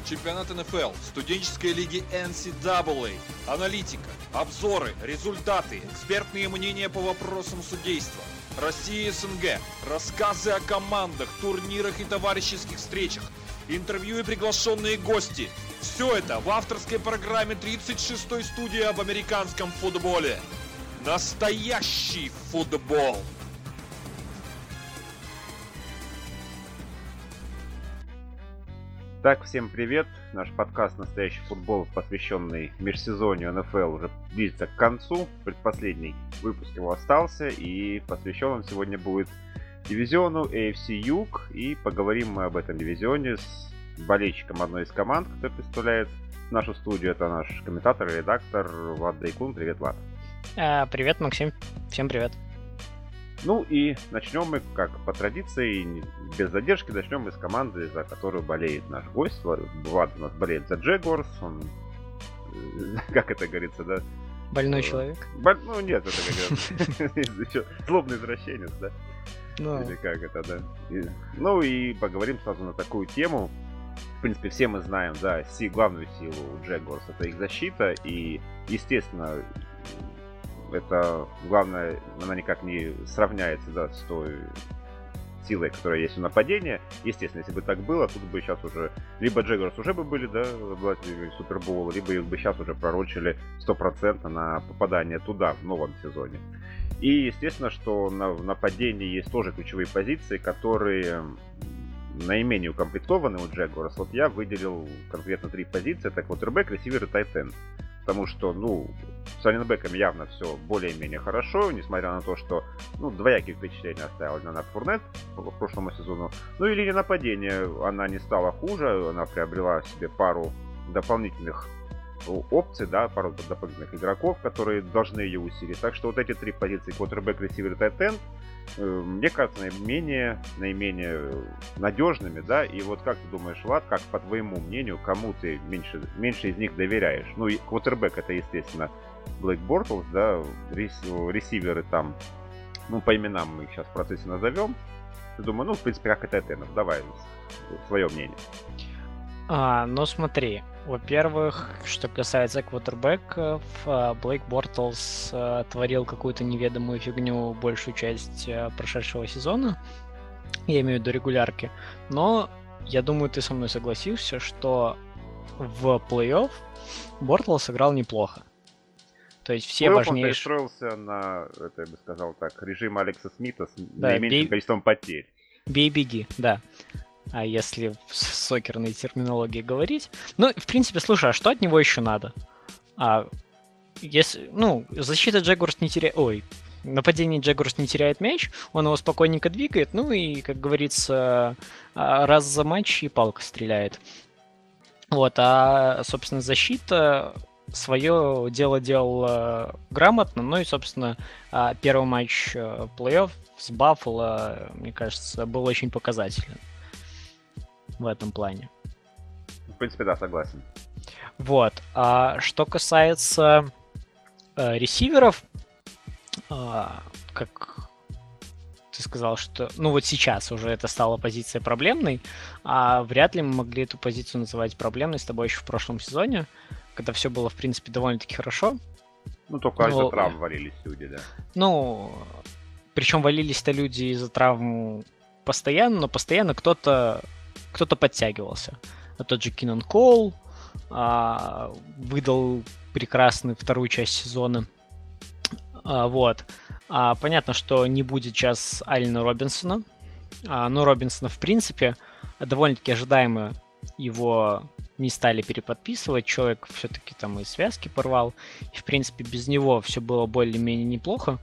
чемпионат НФЛ, студенческой лиги NCAA, аналитика, обзоры, результаты, экспертные мнения по вопросам судейства, Россия и СНГ, рассказы о командах, турнирах и товарищеских встречах, интервью и приглашенные гости. Все это в авторской программе 36-й студии об американском футболе. Настоящий футбол! Так, всем привет! Наш подкаст «Настоящий футбол», посвященный межсезонью НФЛ, уже близится к концу. Предпоследний выпуск его остался, и посвящен он сегодня будет дивизиону AFC Юг. И поговорим мы об этом дивизионе с болельщиком одной из команд, который представляет нашу студию. Это наш комментатор и редактор Влад Дайкун. Привет, Влад! Привет, Максим! Всем привет! Ну и начнем мы, как по традиции, без задержки, начнем мы с команды, за которую болеет наш гость. Влад у нас болеет за Джегуарс, он, как это говорится, да? Больной человек? Ну нет, это как раз злобный извращенец, да? Или как это, да? Ну и поговорим сразу на такую тему. В принципе, все мы знаем, да, главную силу Джегуарс — это их защита, и, естественно, это, главное, она никак не сравняется, да, с той силой, которая есть у нападения. Естественно, если бы так было, тут бы сейчас уже либо Джегуарс уже бы были, да, обладателями Супербоула, либо их бы сейчас уже пророчили 100% на попадание туда в новом сезоне. И, естественно, что в нападении есть тоже ключевые позиции, которые наименее укомплектованы у Джегуарс. Вот я выделил конкретно 3 позиции: это квотербэк, ресивер и тайт энд. Потому что, с раннинбэками явно все более-менее хорошо, несмотря на то, что, двоякие впечатления оставил Леонард Фурнет по прошлому сезону. Ну и линия нападения, она не стала хуже, она приобрела себе пару дополнительных опций, да, пару дополнительных игроков, которые должны ее усилить. Так что вот эти 3 позиции, квотербэк, ресивер и тайт энд, мне кажется, наименее надежными, да. И вот как ты думаешь, Влад, как по твоему мнению, кому ты меньше из них доверяешь? Ну и квотербэк — это, естественно, Блейк Бортлс, да, ресиверы там, по именам мы их сейчас в процессе назовем. Я думаю, в принципе, как и тайт-эндов. Давай свое мнение. Смотри, во-первых, что касается квотербеков, Блейк Бортлс творил какую-то неведомую фигню большую часть прошедшего сезона, я имею в виду регулярки, но я думаю, ты со мной согласишься, что в плей-офф Бортлс сыграл неплохо. То есть все важнейшие... Он перестроился на, это я бы сказал так, режим Алекса Смита с наименьшим количеством потерь. Бей-беги, да. А если в сокерной терминологии говорить. В принципе, слушай, а что от него еще надо? Защита Джегуарс не теряет... Нападение Джегуарс не теряет мяч, он его спокойненько двигает, и, как говорится, раз за матч и палка стреляет. Собственно, защита свое дело делала грамотно, и, собственно, первый матч плей-офф с Баффало, мне кажется, был очень показателен в этом плане. В принципе, да, согласен. А что касается ресиверов, как ты сказал, что сейчас уже это стала позиция проблемной, вряд ли мы могли эту позицию называть проблемной с тобой еще в прошлом сезоне, когда все было, в принципе, довольно-таки хорошо. Только из-за травм валились люди, да. Причем валились-то люди из-за травм постоянно, но постоянно кто-то подтягивался. Тот же Кинан Коул выдал прекрасную вторую часть сезона. Понятно, что не будет сейчас Аллена Робинсона. Но Робинсона, в принципе, довольно-таки ожидаемо его не стали переподписывать. Человек все-таки там и связки порвал. И, в принципе, без него все было более-менее неплохо.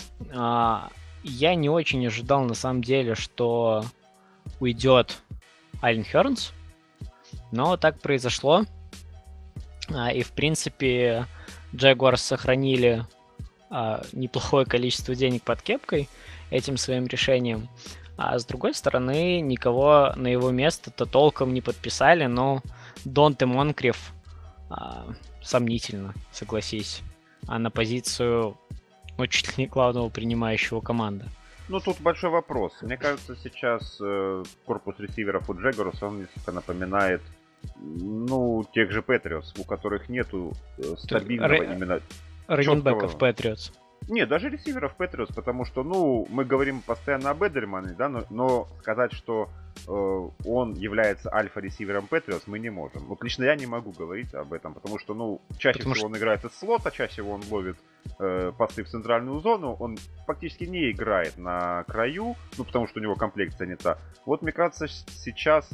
Я не очень ожидал, на самом деле, что уйдет Аллен Хёрнс, но так произошло. И, в принципе, Джегуарс сохранили неплохое количество денег под кепкой этим своим решением. А с другой стороны, никого на его место-то толком не подписали, но Донте Монкриф сомнительно, согласись, на позицию чуть ли не главного принимающего команды. Тут большой вопрос. Мне кажется, сейчас корпус ресиверов у Джегуарс, он несколько напоминает Ну, тех же Патриотс, у которых нету стабильного именно раннинбеков Патриотс. Нет, даже ресиверов Патриотс, потому что, ну, мы говорим постоянно об Эдельмане, да, но сказать, что он является альфа-ресивером Патриотс, мы не можем. Вот лично я не могу говорить об этом, потому что, ну, чаще всего он играет из слота, чаще всего он ловит пасы в центральную зону, он фактически не играет на краю, ну, потому что у него комплекция не та. Вот, мне кажется, сейчас,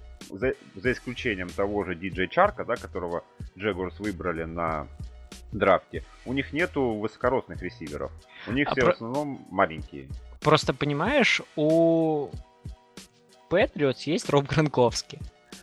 за исключением того же Диджей Чарка, да, которого Джегорс выбрали на драфте, у них нету высокорослых ресиверов. У них все в основном маленькие. Просто понимаешь, у Патриотс есть Роб Гронковский.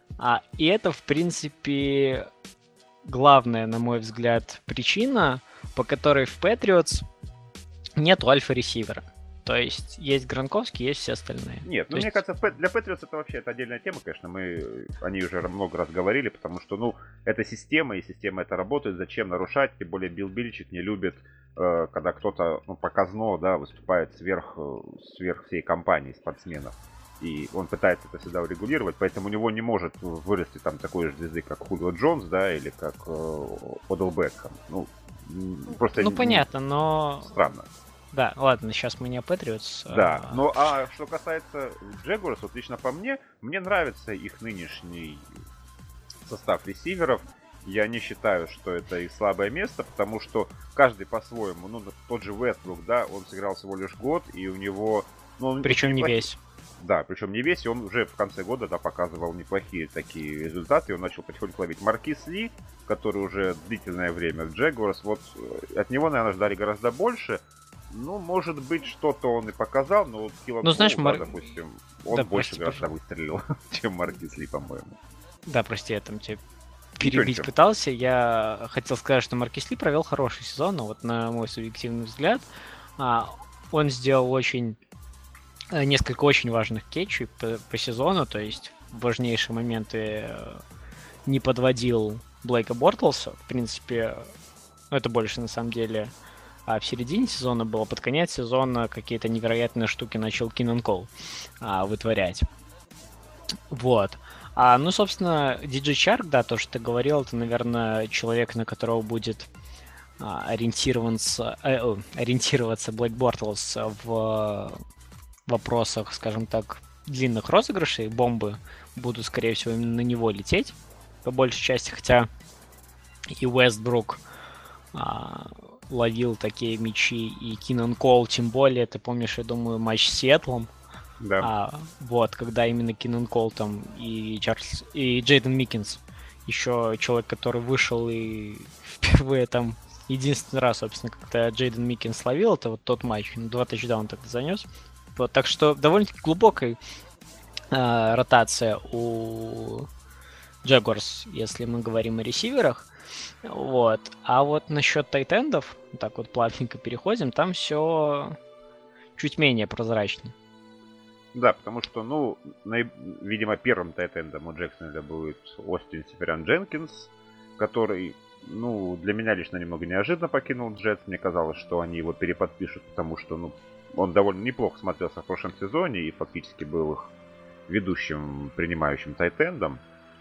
И это, в принципе, главная, на мой взгляд, причина, по которой в Патриотс нету альфа-ресивера. То есть Гронковский, есть все остальные. Нет, ну мне кажется, для Патриотс это вообще отдельная тема, конечно. О ней уже много раз говорили, потому что, ну, это система, и система это работает. Зачем нарушать? Тем более Билл Беличек не любит, когда кто-то, ну, показно, да, выступает сверх всей компании спортсменов. И он пытается это всегда урегулировать, поэтому у него не может вырасти там такой же звезды, как Хулио Джонс, да, или как Одел Бекхэм. Ну, просто... Ну, понятно, но... Странно. Да, ладно, сейчас мы не о Патриотс. Да, ну а что касается Джегорс, вот лично по мне нравится их нынешний состав ресиверов. Я не считаю, что это их слабое место, потому что каждый по-своему, ну, тот же Вестбрук, да, он сыграл всего лишь год, и у него... Ну, причем не весь. Да, причем не весь, и он уже в конце года, да, показывал неплохие такие результаты, и он начал потихоньку ловить. Маркис Ли, который уже длительное время в Джегорс, вот от него, наверное, ждали гораздо больше. Ну, может быть, что-то он и показал, но вот Киллан Коул, знаешь, допустим, он больше гораздо выстрелил, чем Маркис Ли, по-моему. Да, прости, я там тебя перебить пытался. Я хотел сказать, что Маркис Ли провел хороший сезон, но вот на мой субъективный взгляд, он сделал несколько очень важных кетчей по сезону, то есть в важнейшие моменты не подводил Блейка Бортлса. В принципе, это больше на самом деле в середине сезона было, под конец сезона какие-то невероятные штуки начал Кинан Коул вытворять. Вот. Ну, собственно, Диджей Чарк, да, то, что ты говорил, это, наверное, человек, на которого будет ориентироваться Блейк Бортлс в вопросах, скажем так, длинных розыгрышей. Бомбы будут, скорее всего, именно на него лететь, по большей части, хотя и Уэстбрук ловил такие мячи, и Кинан Коул, тем более, ты помнишь, я думаю, матч с Сиэтлом, да. Вот, когда именно Кинан Коул там и Джейден Микинс, еще человек, который вышел и впервые там единственный раз, собственно, когда Джейден Микинс ловил, это вот тот матч, 2 тачдауна тогда занес. Вот, так что довольно-таки глубокая ротация у Джагуарс, если мы говорим о ресиверах. Вот. А вот насчет тайтендов, так вот плавненько переходим, там все чуть менее прозрачно. Да, потому что, ну, видимо, первым тайтендом у Джексонвилля будет Остин Сефериан-Дженкинс, который, ну, для меня лично немного неожиданно покинул Джетс. Мне казалось, что они его переподпишут, потому что, ну, он довольно неплохо смотрелся в прошлом сезоне и фактически был их ведущим, принимающим тайтендом.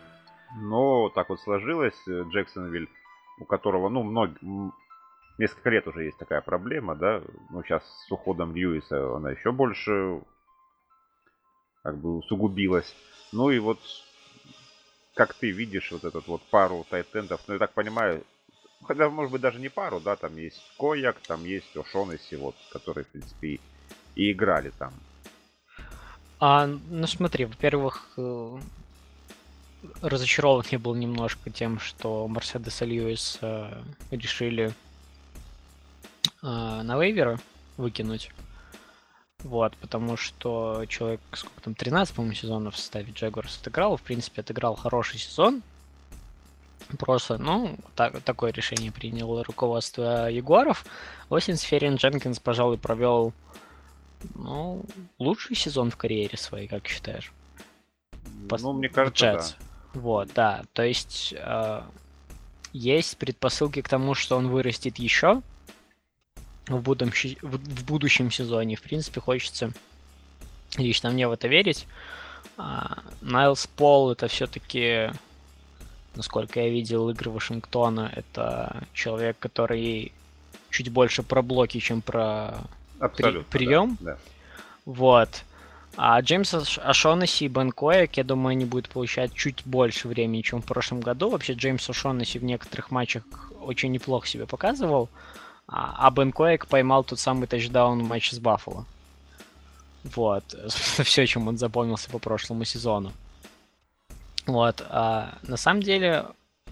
Но так вот сложилось. Джексонвилл, у которого, ну, несколько лет уже есть такая проблема, да. Ну, сейчас с уходом Льюиса она еще больше как бы усугубилась. Ну и вот, как ты видишь, вот этот вот пару тайтендов, ну, я так понимаю, хотя, может быть, даже не пару, да, там есть Кояк, там есть О'Шонесси, вот, которые, в принципе, и играли там. Ну, смотри, во-первых, разочарован я был немножко тем, что Мерседес и Льюис решили на вейверы выкинуть. Вот, потому что человек, сколько там, 13, по-моему, сезонов в составе Джагуарс отыграл. В принципе, отыграл хороший сезон. Просто, ну, такое решение приняло руководство Ягуаров. Остин Сефериан-Дженкинс, пожалуй, провел, ну, лучший сезон в карьере своей, как считаешь? Ну, мне кажется, да. Вот, да. То есть есть предпосылки к тому, что он вырастет еще в будущем сезоне. В принципе, хочется лично мне в это верить. Найлс Пол — это все-таки насколько я видел игры Вашингтона, это человек, который чуть больше про блоки, чем про прием. Да. Вот. А Джеймс О'Шоннесси и Бен Коэк, я думаю, они будут получать чуть больше времени, чем в прошлом году. Вообще Джеймс О'Шоннесси в некоторых матчах очень неплохо себя показывал, а Бен Коэк поймал тот самый тачдаун в матче с Баффало. Вот. Все, чем он запомнился по прошлому сезону. Вот. А на самом деле,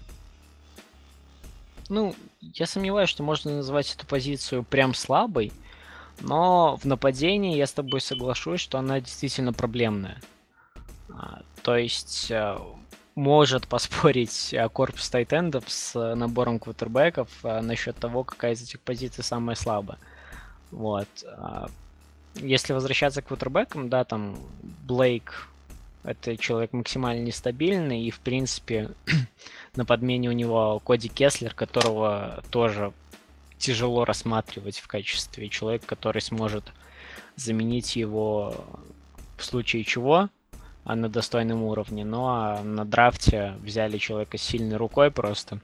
я сомневаюсь, что можно назвать эту позицию прям слабой, но в нападении я с тобой соглашусь, что она действительно проблемная. То есть может поспорить корпус тайтендов с набором квотербеков насчет того, какая из этих позиций самая слабая. Вот. Если возвращаться к квотербекам, да, там Блейк — это человек максимально нестабильный, и в принципе на подмене у него Коди Кеслер, которого тоже тяжело рассматривать в качестве человека, который сможет заменить его в случае чего, на достойном уровне. Ну а на драфте взяли человека с сильной рукой просто.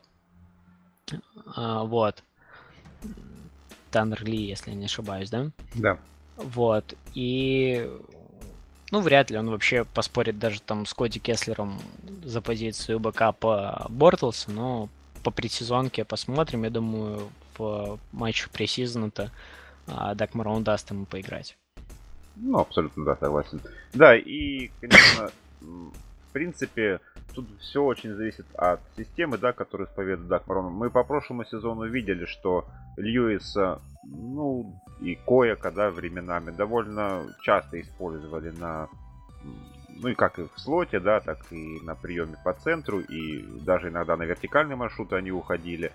Вот. Таннер Ли, если я не ошибаюсь, да? Да. Вот. И вряд ли он вообще поспорит даже там с Коди Кеслером за позицию бэкапа Бортлса, но по предсезонке посмотрим. Я думаю, в матчах пресизона-то Даг Марон даст ему поиграть. Абсолютно, да, согласен. Да, и, конечно, в принципе, тут все очень зависит от системы, да, которую исповедует Даг Марон. Мы по прошлому сезону видели, что Льюиса, и Коэка, да, временами довольно часто использовали и как и в слоте, да, так и на приеме по центру, и даже иногда на вертикальные маршруты они уходили.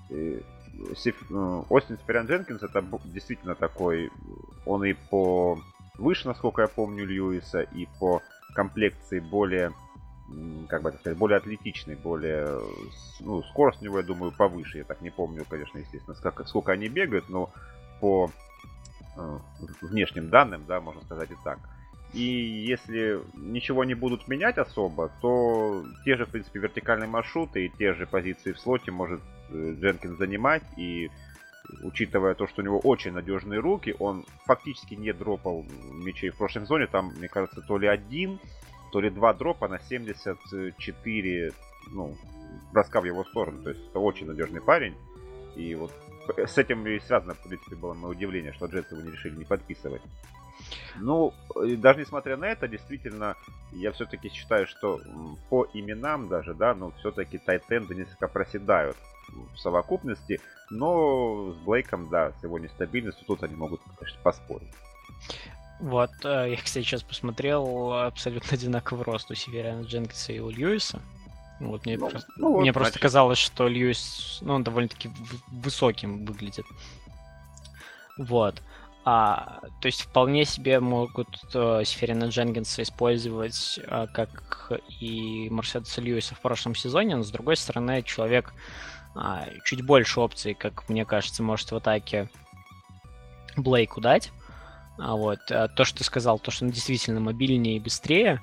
Остин Спериан-Дженкинс — это действительно такой, он и по выше, насколько я помню, Льюиса, и по комплекции более, более атлетичный, более, скорость у него, я думаю, повыше. Я так не помню, конечно, естественно, сколько они бегают, но по внешним данным, да, можно сказать и так. И если ничего не будут менять особо, то те же, в принципе, вертикальные маршруты и те же позиции в слоте может Дженкинс занимать. И учитывая то, что у него очень надежные руки, он фактически не дропал мячей в прошлом сезоне. Там, мне кажется, то ли 1, то ли 2 дропа на 74 броска в его сторону. То есть это очень надежный парень. И вот с этим и связано, в принципе, было мое удивление, что Джетс его не решили не подписывать. Даже несмотря на это, действительно, я все-таки считаю, что по именам даже, да, все-таки тайтенды несколько проседают в совокупности, но с Блейком, да, с его нестабильностью, тут они могут, конечно, поспорить. Вот, я, кстати, сейчас посмотрел, абсолютно одинаковый рост у Севериана Дженкинса и у Льюиса. Вот мне просто казалось, что Льюис, он довольно-таки высоким выглядит. Вот. То есть вполне себе могут Севериана Дженкинса использовать как и Мерседеса Льюиса в прошлом сезоне, но с другой стороны человек чуть больше опций, как мне кажется, может в атаке Блейку дать. То, что ты сказал, то, что он действительно мобильнее и быстрее,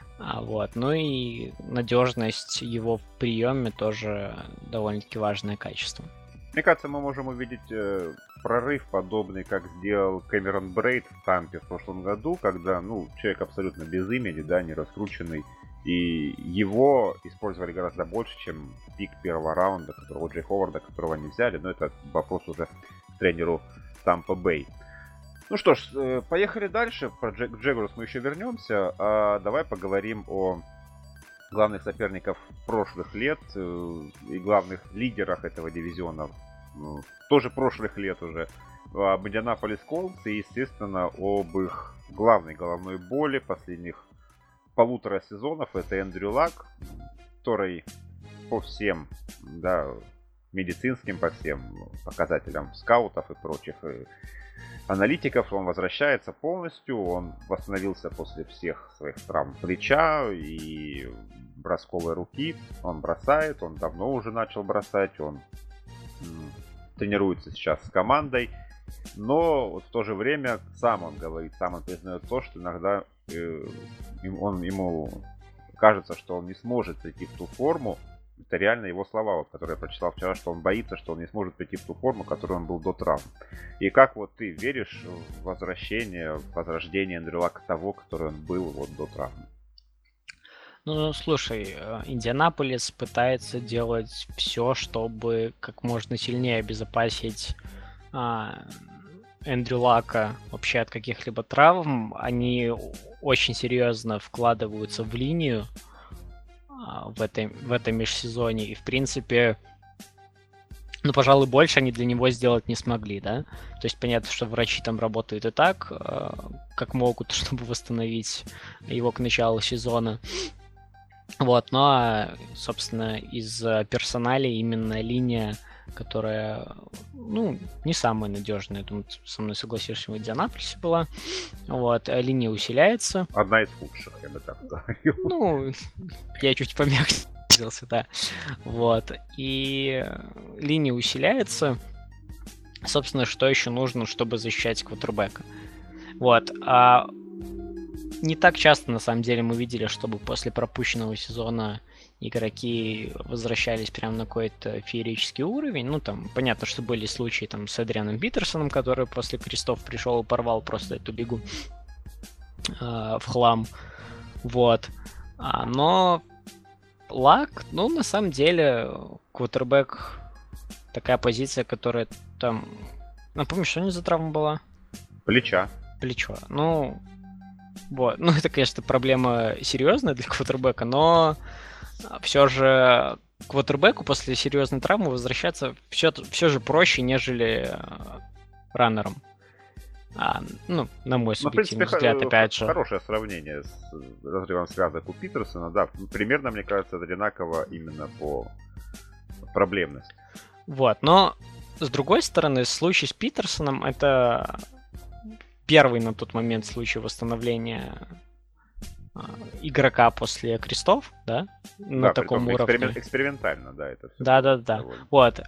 и надежность его в приеме тоже довольно-таки важное качество. Мне кажется, мы можем увидеть прорыв, подобный, как сделал Кэмерон Брейд в Тампе в прошлом году, когда, человек абсолютно без имени, да, не раскрученный, и его использовали гораздо больше, чем пик первого раунда, Джей Ховарда, которого они взяли, но это вопрос уже к тренеру Тампа Бэй. Что ж, поехали дальше, к Джегорус мы еще вернемся, а давай поговорим о главных соперников прошлых лет и главных лидерах этого дивизиона тоже прошлых лет уже, об Индианаполис Колтс и, естественно, об их главной головной боли последних 1,5 сезонов. Это Эндрю Лак, который по всем, да, медицинским, по всем показателям скаутов и прочих аналитиков, он возвращается полностью. Он восстановился после всех своих травм плеча и бросковой руки. Он бросает, он давно уже начал бросать, он тренируется сейчас с командой. Но вот в то же время сам он говорит, сам он признает то, что иногда ему кажется, что он не сможет прийти в ту форму, Это реально его слова, вот, которые я прочитал вчера, что он боится, что он не сможет прийти в ту форму, которую он был до травм. И как вот ты веришь в возвращение, в возрождение Эндрю Лака того, который он был вот до травмы? Ну, слушай, Индианаполис пытается делать все, чтобы как можно сильнее обезопасить Эндрю Лака вообще от каких-либо травм. Они очень серьезно вкладываются в линию в этом межсезонье. И, в принципе, ну, пожалуй, больше они для него сделать не смогли, да? То есть понятно, что врачи там работают и так, как могут, чтобы восстановить его к началу сезона. Вот, но, собственно, из персоналей именно линия, которая, ну, не самая надежная, я думаю, ты со мной согласишься, в Индианаполисе была. Вот, линия усиляется. Одна из худших, я бы так говорил. Ну, я чуть помягче сделался, да. Вот, и линия усиляется. Собственно, что еще нужно, чтобы защищать квотербека? Вот, не так часто, на самом деле, мы видели, чтобы после пропущенного сезона игроки возвращались прямо на какой-то феерический уровень. Ну, там, понятно, что были случаи там с Адрианом Питерсоном, который после крестов пришел и порвал просто эту лигу в хлам. Вот. Но Лак, ну, на самом деле, квотербек такая позиция, которая там... Напомню, что у него за травма была? Плечо. Ну, вот. Ну, это, конечно, проблема серьезная для квотербека, но все же квотербеку после серьезной травмы возвращаться все же проще, нежели раннерам. Ну, на мой субъективный взгляд, опять же. Хорошее сравнение с разрывом связок у Питерсона, да, примерно, мне кажется, одинаково именно по проблемности. Вот, но с другой стороны, случай с Питерсоном — это первый на тот момент случай восстановления игрока после крестов, да, на таком уровне. Экспериментально, да, это все. Да. Вот.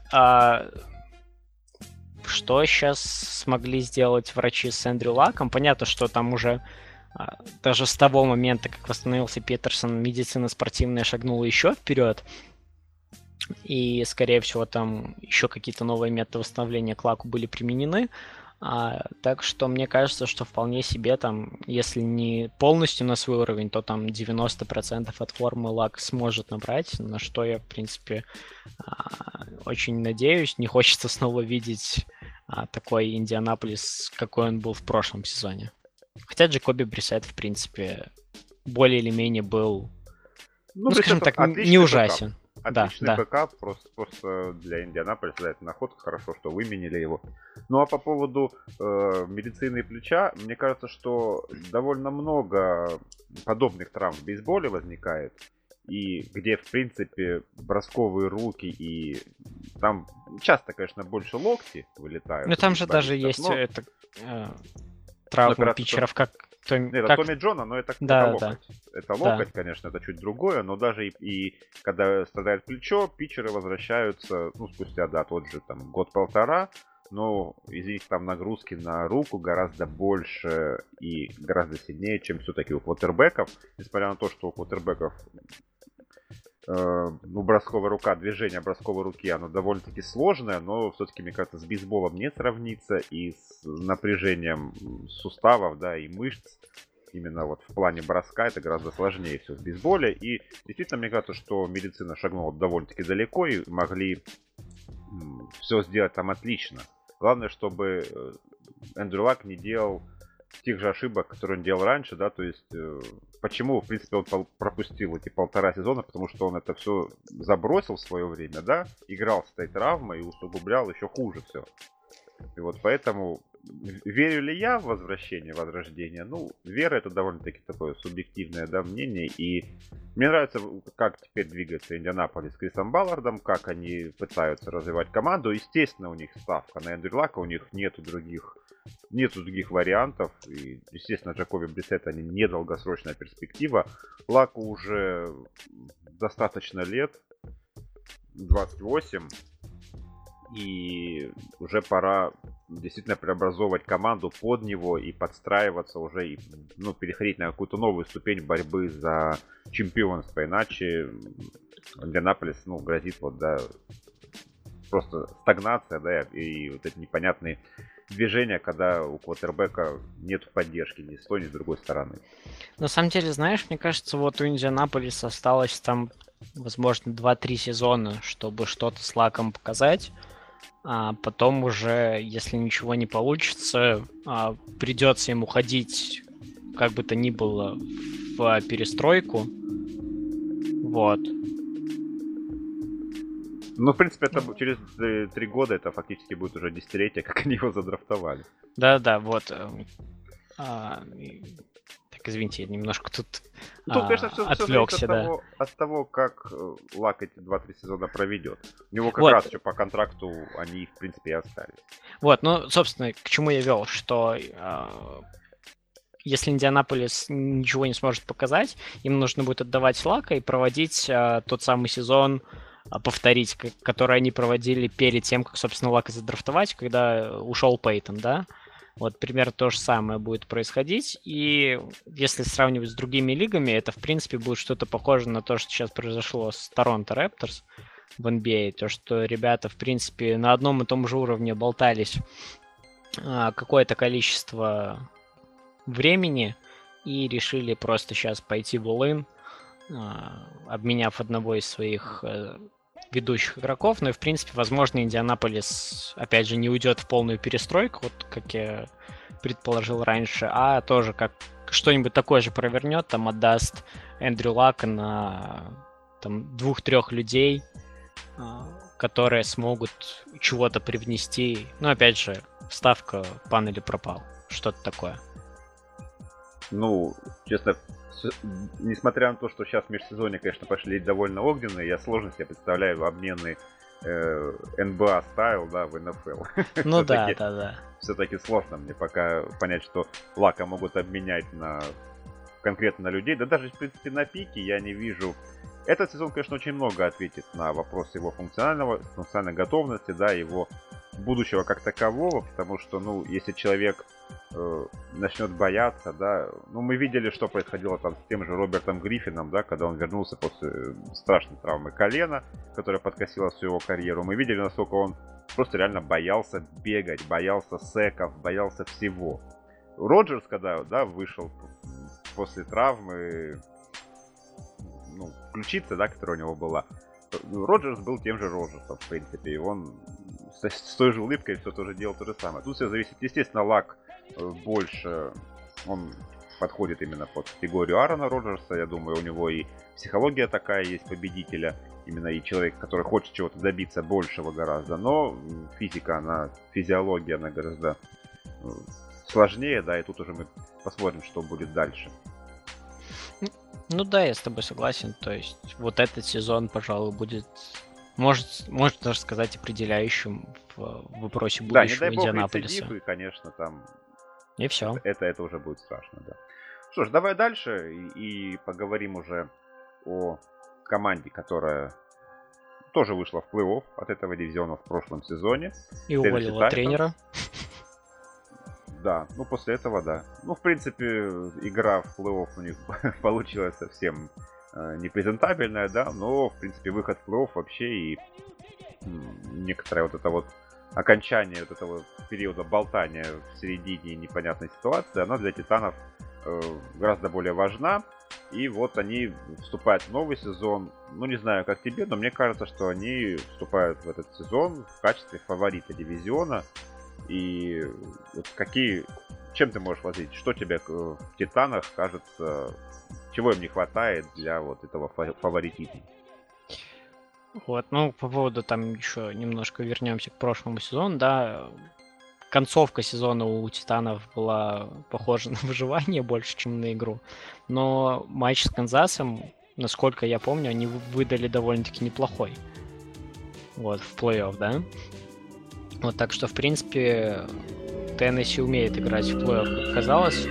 Что сейчас смогли сделать врачи с Эндрю Лаком? Понятно, что там уже даже с того момента, как восстановился Питерсон, медицина спортивная шагнула еще вперед. И, скорее всего, там еще какие-то новые методы восстановления к Лаку были применены. Так что мне кажется, что вполне себе там, если не полностью на свой уровень, то там 90% от формы Лак сможет набрать, на что я, в принципе, очень надеюсь. Не хочется снова видеть такой Индианаполис, какой он был в прошлом сезоне. Хотя Джекоби Брисет, в принципе, более или менее был, ну скажем так, не ужасен. Отличный бэкап, просто для Индианаполиса, да, это находка, хорошо, что выменили его. Ну а по поводу медицины плеча, мне кажется, что довольно много подобных травм в бейсболе возникает, и где, в принципе, бросковые руки, и там часто, конечно, больше локти вылетают. Ну там же даже есть травмы питчеров, как... Это Томми Джона, но это локоть. Да. Это локоть, конечно, это чуть другое, но даже и когда страдает плечо, питчеры возвращаются, ну, спустя, да, тот же там год-полтора, но из них там нагрузки на руку гораздо больше и гораздо сильнее, чем все-таки у квотербеков, несмотря на то, что у квотербеков бросковая рука, движение бросковой руки, оно довольно-таки сложное, но все-таки, мне кажется, с бейсболом не сравнится, и с напряжением суставов, да, и мышц, именно вот в плане броска, это гораздо сложнее все в бейсболе, и действительно, мне кажется, что медицина шагнула довольно-таки далеко, и могли все сделать там отлично. Главное, чтобы Эндрю Лак не делал тех же ошибок, которые он делал раньше, да, то есть почему, в принципе, он пропустил эти 1,5 сезона, потому что он это все забросил в свое время, да, играл с этой травмой и усугублял еще хуже все. И вот поэтому, верю ли я в возрождение? Ну, вера — это довольно-таки такое субъективное, да, мнение, и мне нравится, как теперь двигается Индианаполис с Крисом Баллардом, как они пытаются развивать команду. Естественно, у них ставка на Эндрю Лака, у них нету других вариантов. И, естественно, Джекоби Брисет, они не долгосрочная перспектива. Лаку уже достаточно лет, 28, и уже пора действительно преобразовывать команду под него и подстраиваться уже, и, ну, переходить на какую-то новую ступень борьбы за чемпионство. Иначе Индианаполис, грозит просто стагнация, да, и вот эти непонятные движения, когда у квотербека нет поддержки ни с той, ни с другой стороны. На самом деле, знаешь, мне кажется, вот у Индианаполиса осталось там, возможно, 2-3 сезона, чтобы что-то с Лаком показать. А потом уже, если ничего не получится, придется им уходить, как бы то ни было, в перестройку. Вот. В принципе, это через 3 года это фактически будет уже десятилетие, как они его задрафтовали. Да, вот. Так, извините, я немножко тут конечно, все отвлекся, зависит от того, как Лак эти 2-3 сезона проведет. У него как раз еще по контракту они, в принципе, и остались. Вот, собственно, к чему я вел, что если Индианаполис ничего не сможет показать, им нужно будет отдавать Лака и проводить тот самый сезон, повторить, который они проводили перед тем, как, собственно, Лака задрафтовать, когда ушел Пейтон, да? Вот примерно то же самое будет происходить, и если сравнивать с другими лигами, это, в принципе, будет что-то похоже на то, что сейчас произошло с Торонто Рэпторс в NBA, то, что ребята, в принципе, на одном и том же уровне болтались какое-то количество времени и решили просто сейчас пойти в all-in, обменяв одного из своих ведущих игроков. Ну и, в принципе, возможно, Индианаполис, опять же, не уйдет в полную перестройку, вот как я предположил раньше, а тоже как что-нибудь такое же провернет, там отдаст Эндрю Лака на 2-3 людей, которые смогут чего-то привнести. Ну, опять же, ставка пан или пропал. Что-то такое. Честно, несмотря на то, что сейчас в межсезонье, конечно, пошли довольно огненные, я сложно себе представляю обмены НБА стайл, да, в НФЛ. Ну да. Все-таки сложно мне пока понять, что Лака могут обменять конкретно на людей. Да даже, в принципе, на пике я не вижу. Этот сезон, конечно, очень много ответит на вопрос его функциональной готовности, да, его будущего как такового, потому что, если человек начнет бояться, да, мы видели, что происходило там с тем же Робертом Гриффином, да, когда он вернулся после страшной травмы колена, которая подкосила всю его карьеру. Мы видели, насколько он просто реально боялся бегать, боялся секов, боялся всего. Роджерс, когда, да, вышел после травмы, ключицы, да, которая у него была, Роджерс был тем же Роджерсом, в принципе, и он с той же улыбкой все тоже делал то же самое. Тут все зависит, естественно, Лак больше, он подходит именно под категорию Аарона Роджерса, я думаю, у него и психология такая есть победителя, именно и человек, который хочет чего-то добиться большего гораздо, но физиология, она гораздо сложнее, да, и тут уже мы посмотрим, что будет дальше. Ну да, я с тобой согласен, то есть вот этот сезон, пожалуй, будет, можно даже сказать, определяющим в вопросе будущего Индианаполиса. Да, и конечно, там... И все. Это уже будет страшно, да. Что ж, давай дальше и поговорим уже о команде, которая тоже вышла в плей-офф от этого дивизиона в прошлом сезоне. И уволила тренера. Да, после этого, да. В принципе, игра в плей-офф у них получилась совсем непрезентабельная, да, но, в принципе, выход в плей-офф вообще и некоторое вот это вот окончание вот этого периода болтания в середине непонятной ситуации, она для Титанов гораздо более важна. И вот они вступают в новый сезон. Не знаю, как тебе, но мне кажется, что они вступают в этот сезон в качестве фаворита дивизиона. И вот чем ты можешь возить? Что тебе в Титанах кажется, чего им не хватает для вот этого фаворитизма? Вот, по поводу там еще немножко вернемся к прошлому сезону, да. Концовка сезона у Титанов была похожа на выживание больше, чем на игру. Но матч с Канзасом, насколько я помню, они выдали довольно-таки неплохой. Вот, в плей-офф, да. Вот, так что, в принципе, Теннесси умеет играть в плей-офф, как казалось.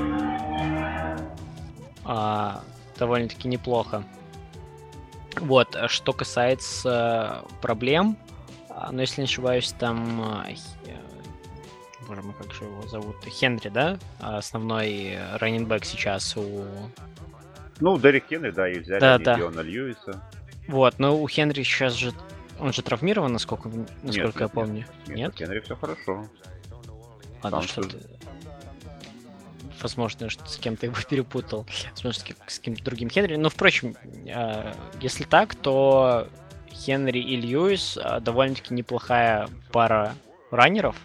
Довольно-таки неплохо. Вот, что касается проблем, если не ошибаюсь, там... Боже мой, как же его зовут? Хенри, да? Основной раннинбэк сейчас у... Дерек Хенри, да, и взяли Диона Льюиса. Вот, но у Хенри сейчас же... Он же травмирован, насколько я помню. Нет? У Хенри все хорошо. Ладно, что-то... Возможно, что с кем-то его перепутал. Возможно, с кем-то другим Хенри. Но, впрочем, если так, то Хенри и Льюис довольно-таки неплохая пара раннеров.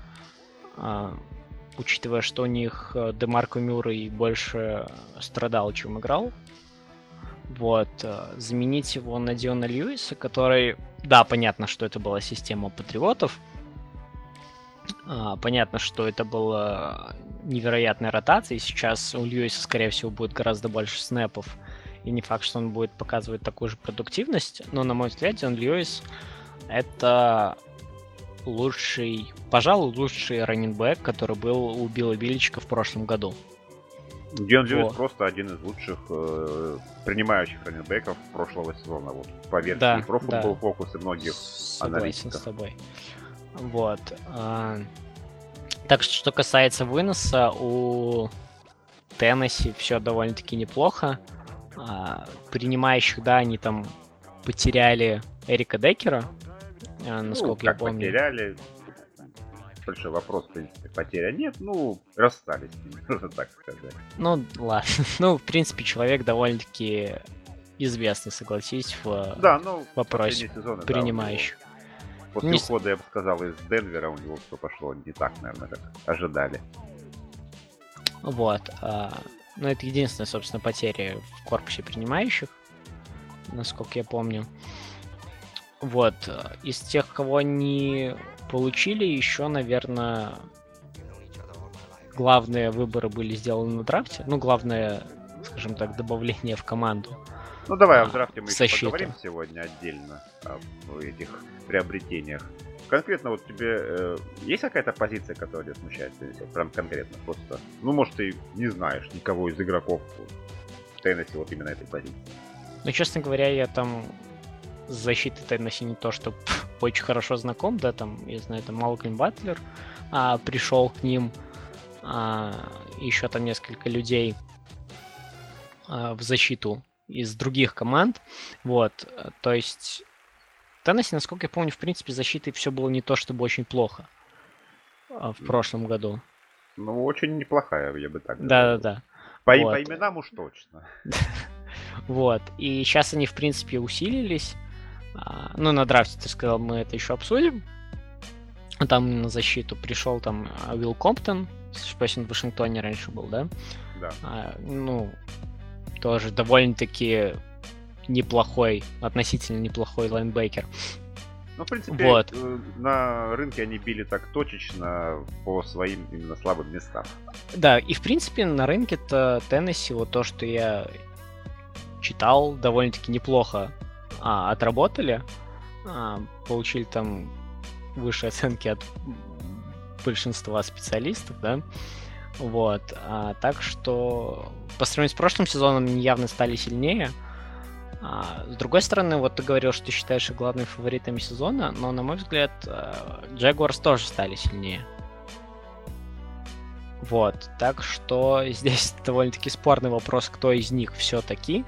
Учитывая, что у них Демарко Мюррей больше страдал, чем играл. Вот. Заменить его на Диона Льюиса, который... Да, понятно, что это была система патриотов. Понятно, что это была невероятная ротация. И сейчас у Льюиса, скорее всего, будет гораздо больше снэпов. И не факт, что он будет показывать такую же продуктивность. Но, на мой взгляд, Дион Льюис — это лучший, пожалуй, лучший раннинбэк, который был у Билла Беличика в прошлом году. Дион Льюис просто один из лучших принимающих раннинбэков прошлого сезона. Вот, по версии Pro Football Focus и многих аналитиков. Согласен с тобой. Вот. Так что касается выноса, у Теннесси все довольно-таки неплохо. Принимающих, да, они там потеряли Эрика Деккера, насколько я помню. Потеряли. Большой вопрос, в принципе, потеря нет, расстались с ним, можно так сказать. Ну, ладно. В принципе, человек довольно-таки известный, согласись, в вопросе принимающих. После ухода, я бы сказал, из Денвера у него все пошло не так, наверное, как ожидали. Вот. Но это единственная, собственно, потеря в корпусе принимающих, насколько я помню. Вот. Из тех, кого они получили, еще, наверное, главные выборы были сделаны на драфте. Главное, скажем так, добавление в команду. Давай, в драфте мы еще поговорим сегодня отдельно об этих приобретениях. Конкретно вот тебе есть какая-то позиция, которая тебя смущает? Прям конкретно, просто. Может, ты не знаешь никого из игроков в Теннесси вот именно этой позиции. Честно говоря, я там с защитой Теннесси не то, что очень хорошо знаком, да, там, я знаю, там Малкольм Батлер пришел к ним, еще там несколько людей в защиту из других команд, вот, то есть Теннесси, насколько я помню, в принципе, защитой все было не то, чтобы очень плохо в прошлом году. Очень неплохая, я бы так сказал. Да. По именам уж точно. Вот, и сейчас они, в принципе, усилились. На драфте, ты сказал, мы это еще обсудим. Там на защиту пришел там Уилл Комптон, если он в Вашингтоне раньше был, да? Да. Тоже довольно-таки неплохой, относительно неплохой лайнбекер. В принципе, на рынке они били так точечно по своим именно слабым местам. Да, и в принципе на рынке-то Теннесси, вот то, что я читал, довольно-таки неплохо отработали. Получили там высшие оценки от большинства специалистов, да. Вот. Так что по сравнению с прошлым сезоном они явно стали сильнее. С другой стороны, вот ты говорил, что ты считаешь их главными фаворитами сезона, но, на мой взгляд, Jaguars тоже стали сильнее. Вот. Так что здесь довольно-таки спорный вопрос, кто из них все-таки.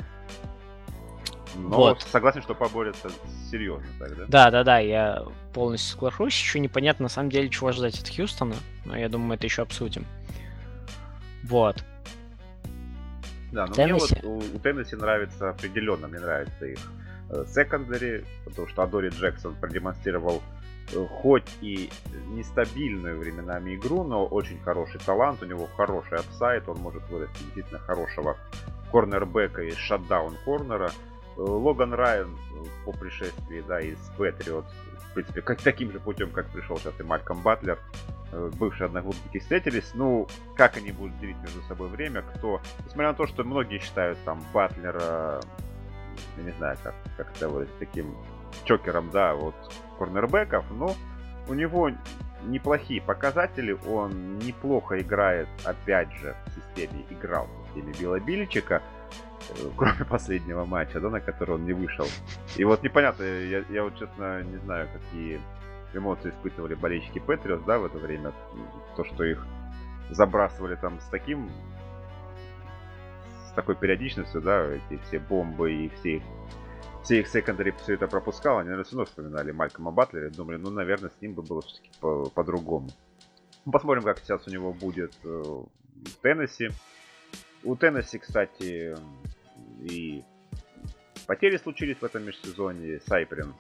Но согласен, что поборются серьезно тогда. Да, я полностью соглашусь. Еще непонятно, на самом деле, чего ждать от Хьюстона, но я думаю, мы это еще обсудим. Вот. Да, но Теннесси. Мне вот у Теннесси нравится определенно, мне нравится их секондари, потому что Адори Джексон продемонстрировал хоть и нестабильную временами игру, но очень хороший талант, у него хороший апсайд, он может вырасти действительно хорошего корнербека из шатдаун-корнера. Логан Райан по пришествии, из Патриот, в принципе, таким же путем, как пришел сейчас и Малькольм Батлер, бывшие одногруппники встретились. Как они будут делить между собой время, кто... Несмотря на то, что многие считают там Батлера, я не знаю, как это выразить, таким чокером, корнербеков, но у него неплохие показатели, он неплохо играет, опять же, играл в системе Билла Беличика, кроме последнего матча, на который он не вышел. И вот непонятно, я вот честно не знаю, какие эмоции испытывали болельщики Патриотс, в это время. То, что их забрасывали там с такой периодичностью, эти все бомбы и все их все их секондари все это пропускал, они, наверное, все равно вспоминали Малькома Батлера и думали, ну, наверное, с ним бы было все-таки по-другому. Посмотрим, как сейчас у него будет в Теннесси. У Теннесси, кстати, и потери случились в этом межсезонье. Сайприн.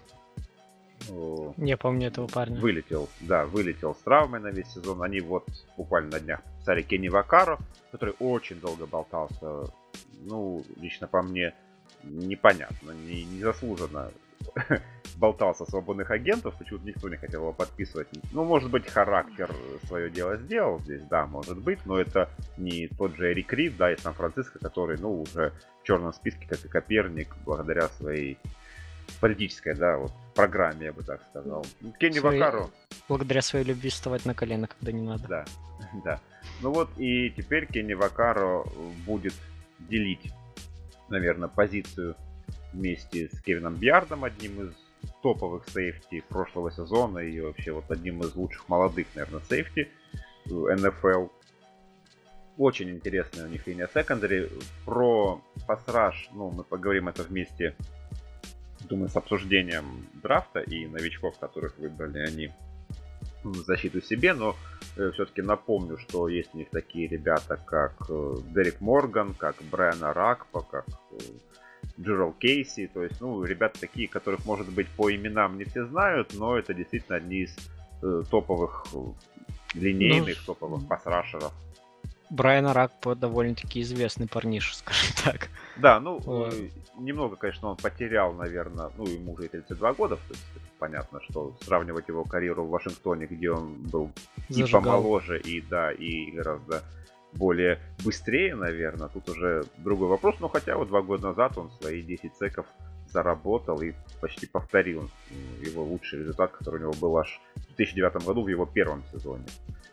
Не помню этого парня. Вылетел с травмой на весь сезон. Они вот буквально на днях подписали Кенни Вакаро, который очень долго болтался. Ну, лично по мне, непонятно, незаслуженно болтался свободных агентов. Почему-то никто не хотел его подписывать. Ну, может быть, характер свое дело сделал здесь, да, может быть. Но это не тот же Эрик Рид, да, из Сан-Франциско, который, ну, уже в черном списке, как и Коперник, благодаря своей политической, да, вот программе, я бы так сказал. Кенни Вакаро. Благодаря своей любви вставать на колено, когда не надо. Да, да. Ну вот и теперь Кенни Вакаро будет делить, наверное, позицию вместе с Кевином Бьярдом, одним из топовых сейфти прошлого сезона и вообще вот одним из лучших молодых, наверное, сейфти НФЛ. Очень интересная у них линия секондари. Про пас-раш, ну, мы поговорим это вместе, думаю, с обсуждением драфта и новичков, которых выбрали они в защиту себе, но все-таки напомню, что есть у них такие ребята, как Дерек Морган, как Брайан Аракпо, как Джерал Кейси, то есть, ну, ребята такие, которых, может быть, по именам не все знают, но это действительно одни из топовых линейных, топовых пас-рашеров. Брайан Аракпо довольно-таки известный парниша, скажем так. Да, ну, немного, конечно, он потерял, наверное, ну, ему уже 32 года, то есть понятно, что сравнивать его карьеру в Вашингтоне, где он был и помоложе, и, да, и гораздо более быстрее, наверное, тут уже другой вопрос, но хотя вот 2 года назад он свои 10 секов заработал и почти повторил его лучший результат, который у него был аж в 2009 году в его первом сезоне.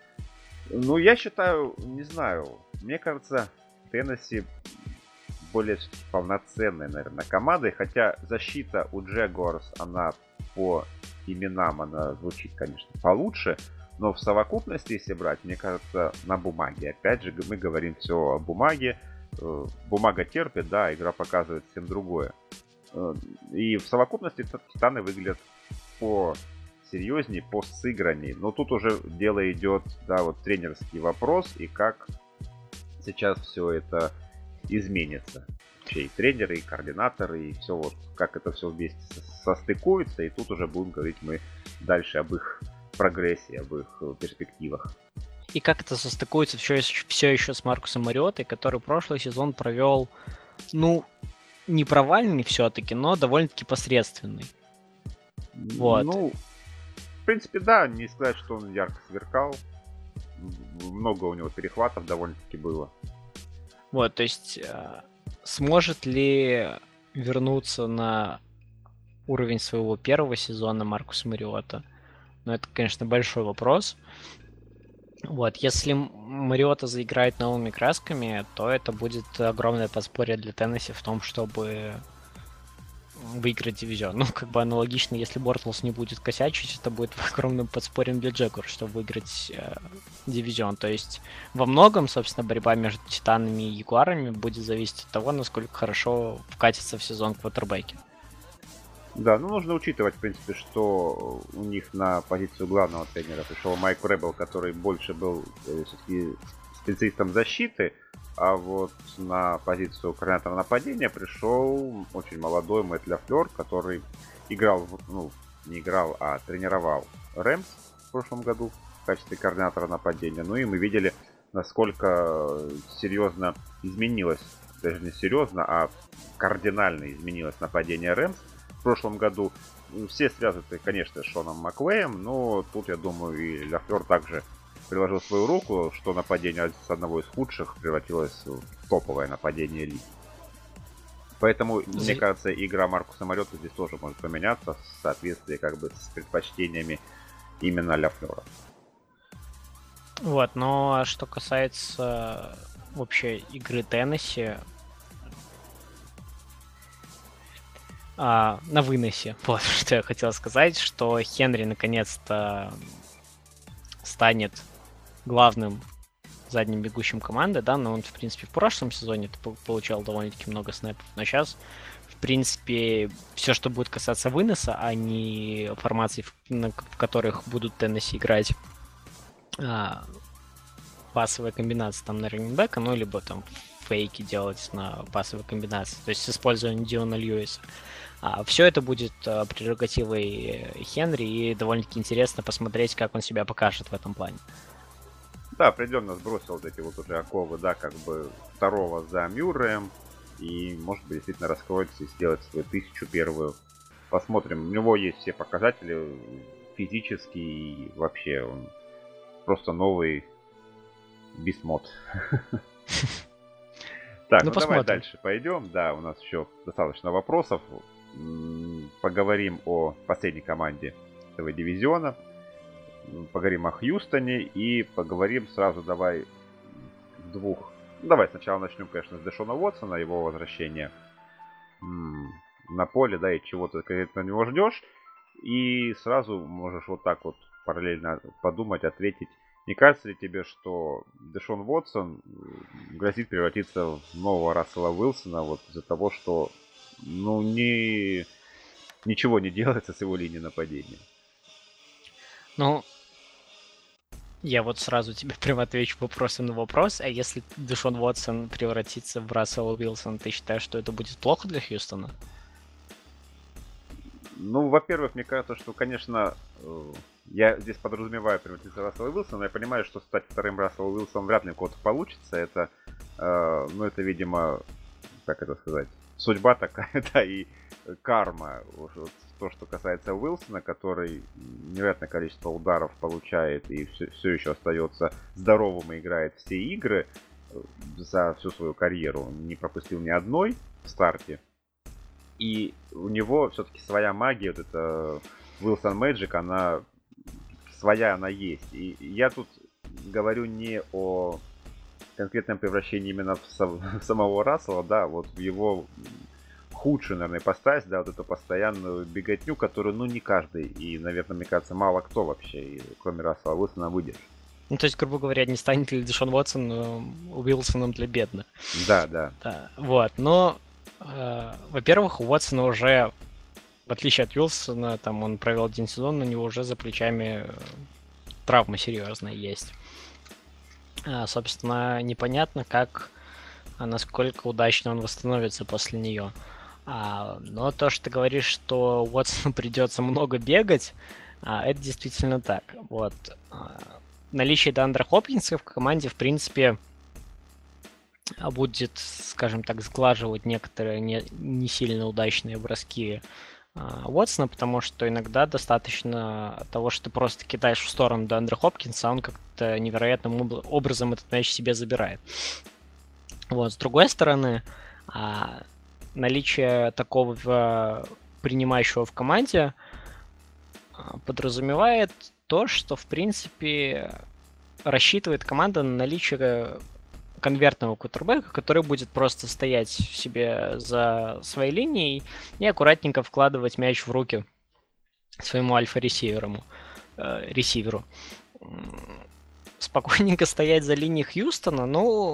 Ну, я считаю, не знаю, мне кажется, Теннесси более полноценной, наверное, командой, хотя защита у Джагуарс, она по именам, она звучит, конечно, получше, но в совокупности, если брать, мне кажется, на бумаге. Опять же, мы говорим все о бумаге. Бумага терпит, да, игра показывает совсем другое. И в совокупности Титаны выглядят посерьезнее, посыграннее. Но тут уже дело идет, да, вот тренерский вопрос и как сейчас все это изменится. Вообще и тренеры, и координаторы, и все вот, как это все вместе состыкуется. И тут уже будем говорить мы дальше об их прогрессии, об их перспективах. И как это состыкуется все еще с Маркусом Мариоттой, который прошлый сезон провел, ну, не провальный все-таки, но довольно-таки посредственный. Вот. Ну, в принципе, да, не сказать, что он ярко сверкал. Много у него перехватов довольно-таки было. Вот, то есть, сможет ли вернуться на уровень своего первого сезона Маркус Мариотта? Ну, это, конечно, большой вопрос. Вот, если Мариотта заиграет новыми красками, то это будет огромное подспорье для Теннесси в том, чтобы выиграть дивизион. Ну, как бы аналогично, если Бортлс не будет косячить, это будет огромным подспорьем для Джагуар, чтобы выиграть дивизион. То есть во многом, собственно, борьба между Титанами и Ягуарами будет зависеть от того, насколько хорошо вкатится в сезон квотербеки. Да, ну нужно учитывать, в принципе, что у них на позицию главного тренера пришел Майк Ребел, который больше был все-таки специалистом защиты, а вот на позицию координатора нападения пришел очень молодой Мэтт Ляфлер, который играл, ну, не играл, а тренировал Рэмс в прошлом году в качестве координатора нападения. Ну и мы видели, насколько серьезно изменилось, даже не серьезно, а кардинально изменилось нападение Рэмс в прошлом году. Все связаны, конечно, с Шоном Маквеем, но тут, я думаю, и Ляфлер также приложил свою руку, что нападение с одного из худших превратилось в топовое нападение лиги. Поэтому, мне кажется, игра Маркуса Мариотты здесь тоже может поменяться в соответствии как бы с предпочтениями именно Ляфлера. Вот, но что касается вообще игры Теннесси, на выносе, вот что я хотел сказать, что Хенри наконец-то станет главным задним бегущим команды, да, но он, в принципе, в прошлом сезоне получал довольно-таки много снэпов, но сейчас принципе, все, что будет касаться выноса, а не формаций, в которых будут Теннесси играть пасовые комбинации там на раннинбека, ну, либо там фейки делать на пасовые комбинации, то есть с использованием Диона Льюиса. Все это будет прерогативой Хенри, и довольно-таки интересно посмотреть, как он себя покажет в этом плане. Да, определенно сбросил вот эти вот уже оковы, да, как бы второго за Мюрреем, и, может быть, действительно раскроется и сделать свою 1001-ю. Посмотрим. У него есть все показатели физические, и вообще он просто новый бисмот. Так, ну давай дальше пойдем. Да, у нас еще достаточно вопросов. Поговорим о последней команде этого дивизиона. Поговорим о Хьюстоне и поговорим сразу давай Давай сначала начнем, конечно, с Дэшона Уотсона, его возвращения на поле, да, и чего ты конкретно от него ждешь. И сразу можешь вот так вот параллельно подумать, ответить. Не кажется ли тебе, что Дэшон Уотсон грозит превратиться в нового Рассела Уилсона вот из-за того, что ничего не делается с его линией нападения? Ну, я вот сразу тебе прямо отвечу вопросом на вопрос. А если Дэшон Уотсон превратится в Рассела Уилсона, ты считаешь, что это будет плохо для Хьюстона? Ну, во-первых, мне кажется, что, конечно, я здесь подразумеваю превратиться в Рассела Уилсона, но я понимаю, что стать вторым Расселом Уилсоном вряд ли у кого-то получится. Это, это, видимо, как это сказать, судьба такая, да, и карма. Вот, то, что касается Уилсона, который невероятное количество ударов получает и все еще остается здоровым и играет все игры за всю свою карьеру. Не пропустил ни одной в старте. И у него все-таки своя магия, вот эта Wilson Magic, она есть. И я тут говорю не о конкретном превращении именно в самого Рассела, да, вот в его худшую, наверное, ипостась, да, вот эту постоянную беготню, которую, не каждый, и, наверное, мне кажется, мало кто вообще, кроме Рассела Уилсона, выдержит. Ну, то есть, грубо говоря, не станет ли Дэшон Уотсон Уилсоном для бедных. Да. Вот, но, во-первых, у Уотсона уже, в отличие от Уилсона, там он провел один сезон, у него уже за плечами травма серьезная есть. Собственно, непонятно, насколько удачно он восстановится после нее. Но то, что ты говоришь, что Уотсону придется много бегать, это действительно так. Вот. Наличие Деандре Хопкинса в команде, в принципе, будет, скажем так, сглаживать некоторые не сильно удачные броски Уотсона, потому что иногда достаточно того, что ты просто кидаешь в сторону Деандре Хопкинса, а он как-то невероятным образом этот мяч себе забирает. Вот. С другой стороны, наличие такого принимающего в команде подразумевает то, что, в принципе, рассчитывает команда на наличие конвертного квотербека, который будет просто стоять себе за своей линией и аккуратненько вкладывать мяч в руки своему альфа-ресиверу. Спокойненько стоять за линией Хьюстона,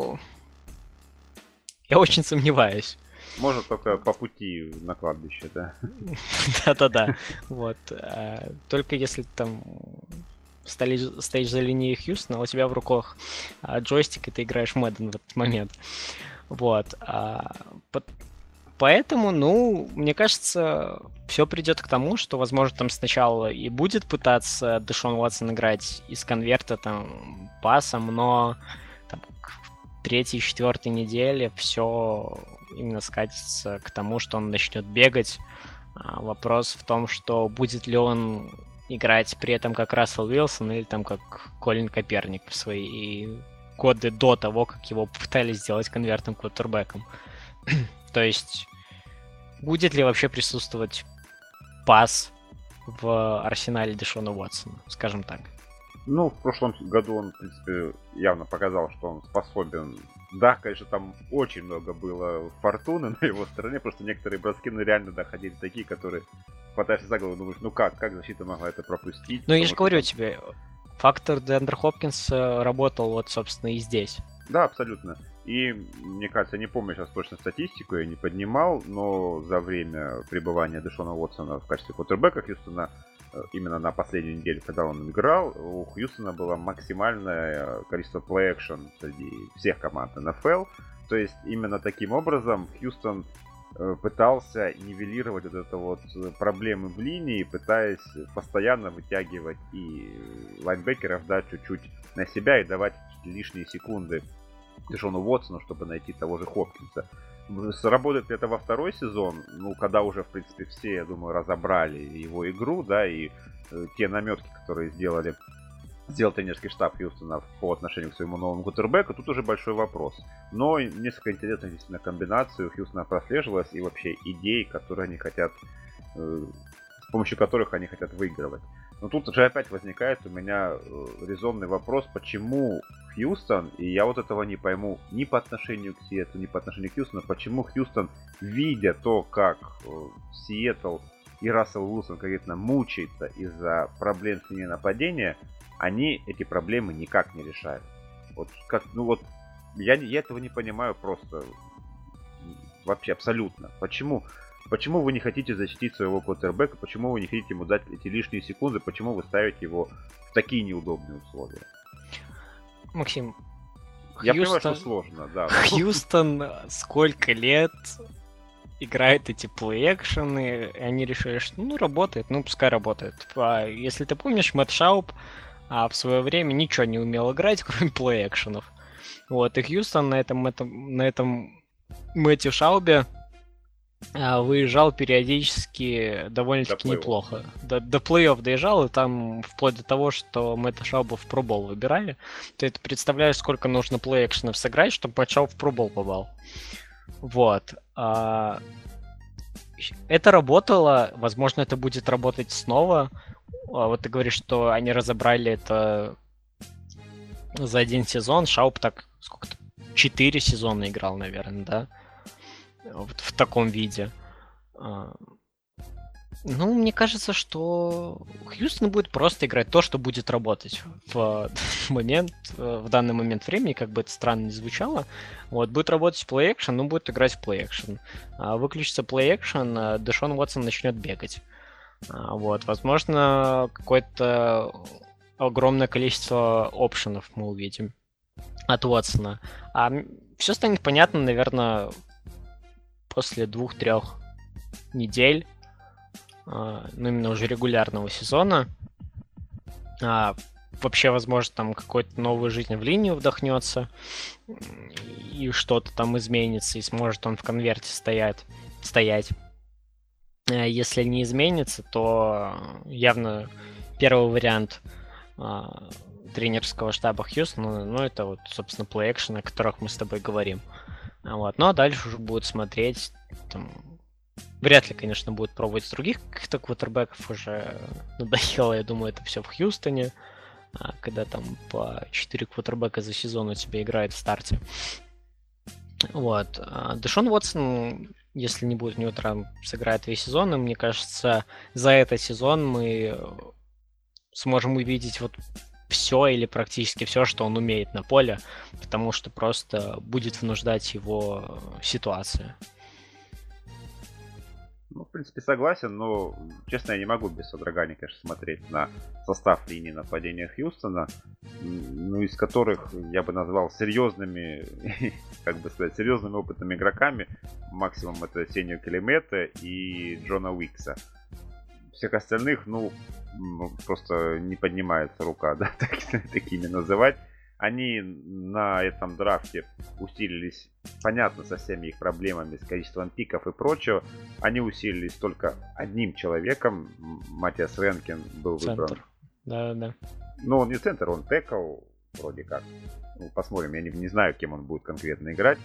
я очень сомневаюсь. Может, только по пути на кладбище, да? Да-да-да. Вот. Только если там стоишь за линией Хьюстона, а у тебя в руках джойстик, и ты играешь в Madden в этот момент. Вот. Поэтому, мне кажется, все придет к тому, что, возможно, там сначала и будет пытаться Дэшон Уотсон играть из конверта там пасом, но там, к 3-4 неделе все именно скатится к тому, что он начнет бегать. Вопрос в том, что будет ли он играть при этом как Рассел Уилсон или там как Колин Каперник в свои годы до того, как его попытались сделать конвертным квотербеком. То есть, будет ли вообще присутствовать пас в арсенале Дэшона Уотсона, скажем так? В прошлом году он, в принципе, явно показал, что он способен. Да, конечно, там очень много было фортуны на его стороне, просто некоторые броски, реально доходили такие, которые хватаешься за голову и думаешь, как защита могла это пропустить? Я же говорю тебе, фактор Деандре Хопкинс работал собственно, и здесь. Да, абсолютно. И, мне кажется, не помню сейчас точно статистику, я не поднимал, но за время пребывания Дэшона Уотсона в качестве квотербека Хьюстона, именно на последнюю неделю, когда он играл, у Хьюстона было максимальное количество плей-экшен среди всех команд НФЛ. То есть именно таким образом Хьюстон пытался нивелировать вот это вот проблемы в линии, пытаясь постоянно вытягивать и лайнбекеров дать чуть-чуть на себя и давать лишние секунды Дэшону Уотсону, чтобы найти того же Хопкинса. Сработает ли это во второй сезон? Ну, когда уже, в принципе, все, я думаю, разобрали его игру, да, и те наметки, которые сделал тренерский штаб Хьюстона по отношению к своему новому квотербеку, тут уже большой вопрос. Но несколько интересных действительно комбинаций у Хьюстона прослеживалось, и вообще идей, которые они хотят, с помощью которых они хотят выигрывать. Но тут же опять возникает у меня резонный вопрос, почему Хьюстон, и я вот этого не пойму ни по отношению к Сиэтлу, ни по отношению к Хьюстону, почему Хьюстон, видя то, как Сиэтл и Рассел Уилсон конкретно мучается из-за проблем с линией нападения, они эти проблемы никак не решают. Вот как, ну вот, я этого не понимаю просто вообще абсолютно. Почему вы не хотите защитить своего квотербека? Почему вы не хотите ему дать эти лишние секунды? Почему вы ставите его в такие неудобные условия? Максим, я понимаю, что сложно, да. Хьюстон сколько лет играет эти плей-экшены, и они решили, что ну работает, ну пускай работает. Если ты помнишь, Мэтт Шауп в свое время ничего не умел играть, кроме плей-экшенов. Вот, и Хьюстон на этом Мэттью Шаубе выезжал периодически довольно-таки неплохо. До плей-офф доезжал, и там вплоть до того, что Мэтта Шауба в Pro Bowl выбирали. Ты это представляешь, сколько нужно плей-экшенов сыграть, чтобы Мэтт Шауб в Pro Bowl попал. Вот. Это работало, возможно, это будет работать снова. Вот ты говоришь, что они разобрали это за один сезон. Шауп так сколько-то 4 сезона играл, наверное, да? Вот в таком виде. Ну, мне кажется, что Хьюстон будет просто играть то, что будет работать в данный момент времени, как бы это странно ни звучало. Вот, будет работать в плей-экшен, но будет играть в плей-экшен. Выключится плей-экшен, Дэшон Уотсон начнет бегать. Вот, возможно, какое-то огромное количество опшенов мы увидим от Уотсона. Все станет понятно, наверное, после 2-3 недель, ну, именно уже регулярного сезона. Вообще, возможно, там какой-то новой жизнь в линию вдохнется, и что-то там изменится, и сможет он в конверте стоять. Если не изменится, то явно первый вариант тренерского штаба Хьюстона, ну, это вот, собственно, плей-экшен, о которых мы с тобой говорим. Вот. Ну, а дальше уже будут смотреть, там, вряд ли, конечно, будут пробовать других каких-то квотербеков, уже надоело, я думаю, это все в Хьюстоне, когда там по 4 квотербека за сезон у тебя играет в старте. Вот. Дэшон Уотсон, если не будет у него травм, сыграет весь сезон, и мне кажется, за этот сезон мы сможем увидеть вот все или практически все, что он умеет на поле, потому что просто будет вынуждать его ситуация. Ну, в принципе, согласен, но, честно, я не могу без содрогания, конечно, смотреть на состав линии нападения Хьюстона, ну, из которых я бы назвал серьезными, как бы сказать, серьезными опытными игроками. Максимум это Сенью Келемета и Джона Уикса. Всех остальных, ну, просто не поднимается рука, да, такими называть. Они на этом драфте усилились, понятно, со всеми их проблемами, с количеством пиков и прочего. Они усилились только одним человеком. Матиас Ренкин был выбран. Да. Ну, он не центр, он текл, вроде как. Ну, посмотрим, я не знаю, кем он будет конкретно играть.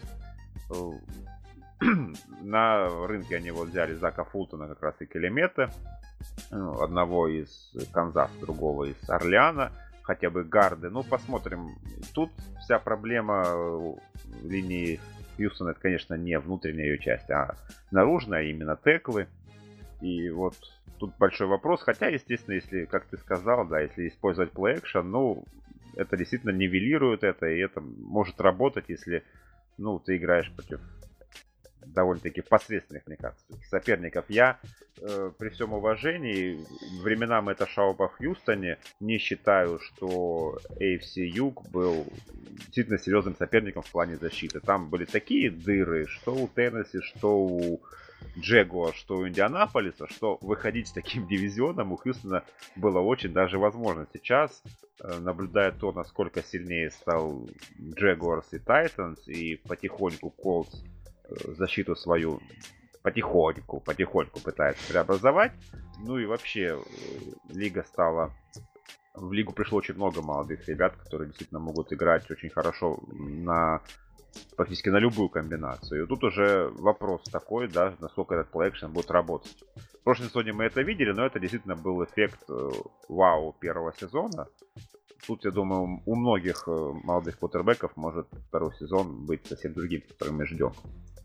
На рынке они вот взяли Зака Фултона, как раз и Келемета. Одного из Канзас, другого из Орлеана. Хотя бы гарды. Ну, посмотрим. Тут вся проблема линии Хьюстона, это, конечно, не внутренняя ее часть, а наружная, именно теклы. И вот тут большой вопрос. Хотя, естественно, если, как ты сказал, да, если использовать плей-экшен, ну, это действительно нивелирует это, и это может работать, если ну, ты играешь против довольно-таки посредственных, мне кажется, соперников. Я, при всем уважении, временам это Шауба в Хьюстоне, не считаю, что AFC Юг был действительно серьезным соперником в плане защиты. Там были такие дыры, что у Теннесси, что у Джегуар, что у Индианаполиса, что выходить с таким дивизионом у Хьюстона было очень даже возможно. Сейчас, наблюдая то, насколько сильнее стал Джегуарс и Тайтанс, и потихоньку Колтс защиту свою потихоньку пытается преобразовать. Ну и вообще лига стала... В лигу пришло очень много молодых ребят, которые действительно могут играть очень хорошо практически на любую комбинацию. И тут уже вопрос такой, да, насколько этот плей-экшен будет работать. В прошлом сезоне мы это видели, но это действительно был эффект вау первого сезона. Тут, я думаю, у многих молодых квотербеков может второй сезон быть совсем другим, который мы ждем.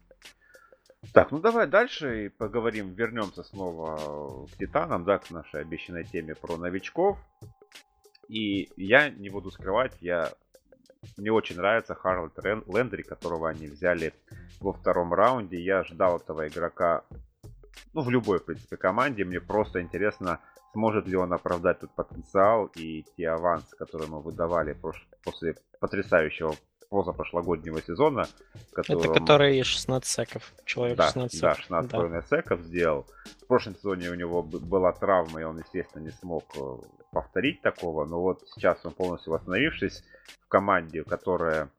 Так, ну давай дальше и поговорим, вернемся снова к Титанам, да, к нашей обещанной теме про новичков. И я не буду скрывать, мне очень нравится Харальд Лендри, которого они взяли во втором раунде. Я ждал этого игрока, ну, в любой, в принципе, команде. Мне просто интересно, сможет ли он оправдать тут потенциал и те авансы, которые мы выдавали после потрясающего позапрошлогоднего сезона. Это который 16 секов. Человек 16 секов. Да, 16,5 секов сделал. В прошлом сезоне у него была травма, и он, естественно, не смог повторить такого. Но вот сейчас он, полностью восстановившись, в команде, которая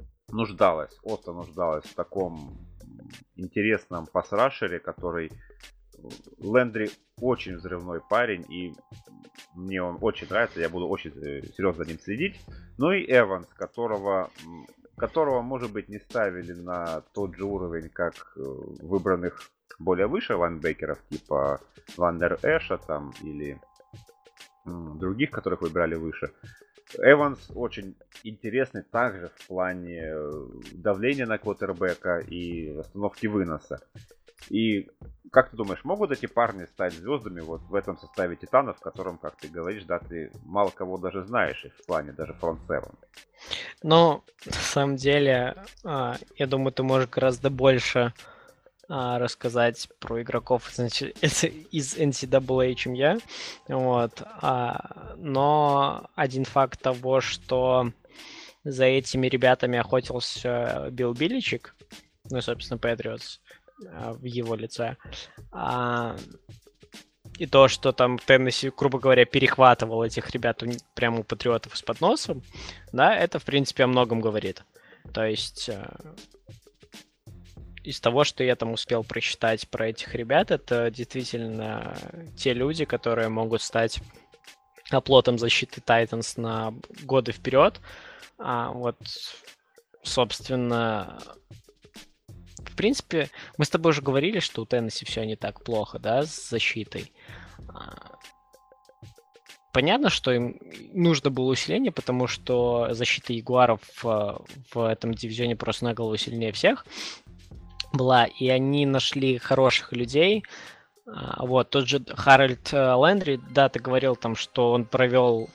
остро нуждалась в таком интересном пасрашере, который... Лендри очень взрывной парень, и мне он очень нравится, я буду очень серьезно за ним следить. Ну и Эванс, которого, может быть, не ставили на тот же уровень, как выбранных более выше лайнбекеров, типа Вандер Эша там, или других, которых выбрали выше. Эванс очень интересный также в плане давления на квотербека и остановки выноса. И как ты думаешь, могут эти парни стать звездами вот в этом составе Титанов, в котором, как ты говоришь, да, ты мало кого даже знаешь в плане даже фронт-севен? Ну, на самом деле, я думаю, ты можешь гораздо больше рассказать про игроков из NCAA, чем я. Вот. Но один факт того, что за этими ребятами охотился Билл Беличик, ну, собственно, Патриотс, в его лице. И то, что там Теннесси, грубо говоря, перехватывал этих ребят прямо у Патриотов из-под носа, да, это, в принципе, о многом говорит. То есть из того, что я там успел прочитать про этих ребят, это действительно те люди, которые могут стать оплотом защиты Titans на годы вперед. Вот, собственно... В принципе, мы с тобой уже говорили, что у Теннесси все не так плохо, да, с защитой. Понятно, что им нужно было усиление, потому что защита Ягуаров в этом дивизионе просто на голову сильнее всех была, и они нашли хороших людей. Вот, тот же Харальд Лендри, да, ты говорил там, что он провел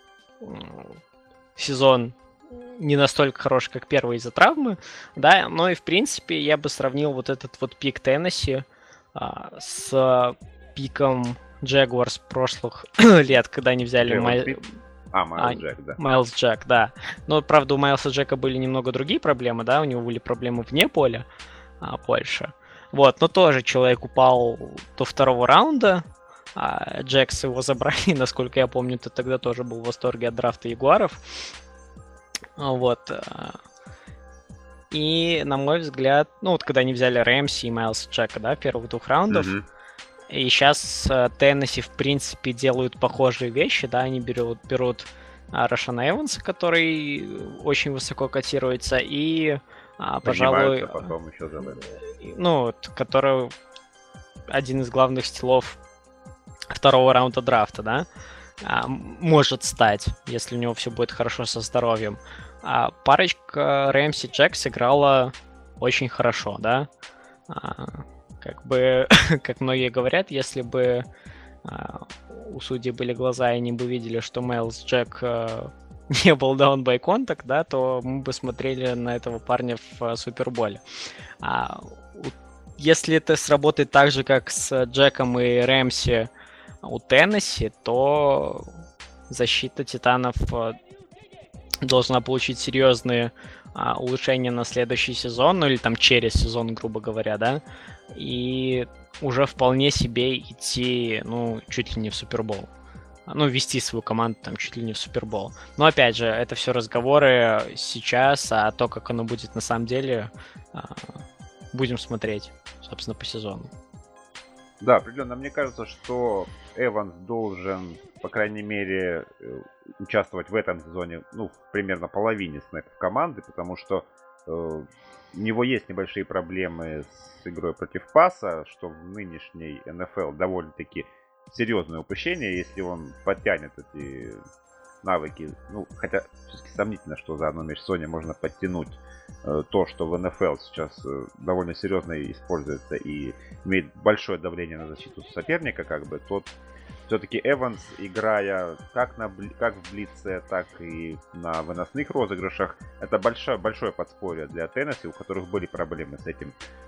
сезон не настолько хороший, как первый из-за травмы, да, но и в принципе я бы сравнил вот этот вот пик Теннесси с пиком Джагуарс прошлых лет, когда они взяли Майлз Джек, да. Но, правда, у Майлса Джека были немного другие проблемы, да, у него были проблемы вне поля больше. Вот, но тоже человек упал до второго раунда, Джекс его забрали, насколько я помню, ты тогда тоже был в восторге от драфта Ягуаров. Вот. И, на мой взгляд, ну вот когда они взяли Рэмси и Майлса Джека, да, первых двух раундов, и сейчас Теннесси, в принципе, делают похожие вещи, да, они берут Рашана Эванса, который очень высоко котируется, и, пожалуй, потом еще ну, который один из главных стилов второго раунда драфта, да, может стать, если у него все будет хорошо со здоровьем. Парочка Рэмси Джек сыграла очень хорошо, да. Как бы, как многие говорят, если бы у судей были глаза, и они бы видели, что Майлз Джек не был down by contact, да, то мы бы смотрели на этого парня в Суперболе. Если это сработает так же, как с Джеком и Рэмси у Теннесси, то защита Титанов должна получить серьезные улучшения на следующий сезон, ну или там через сезон, грубо говоря, да, и уже вполне себе идти, ну, чуть ли не в Супербол. Ну, вести свою команду там чуть ли не в Супербол. Но опять же, это все разговоры сейчас, а то, как оно будет на самом деле, будем смотреть, собственно, по сезону. Да, определенно. Мне кажется, что Эванс должен, по крайней мере, участвовать в этом сезоне, ну, примерно половине снэпов команды, потому что у него есть небольшие проблемы с игрой против паса, что в нынешней НФЛ довольно-таки серьезное упущение, если он подтянет эти навыки. Ну, хотя все-таки сомнительно, что за одну межсезонье можно подтянуть то, что в НФЛ сейчас довольно серьезно используется и имеет большое давление на защиту соперника, как бы, тот все-таки Эванс, играя как в блице, так и на выносных розыгрышах, это большое подспорье для Теннесси, у которых были проблемы с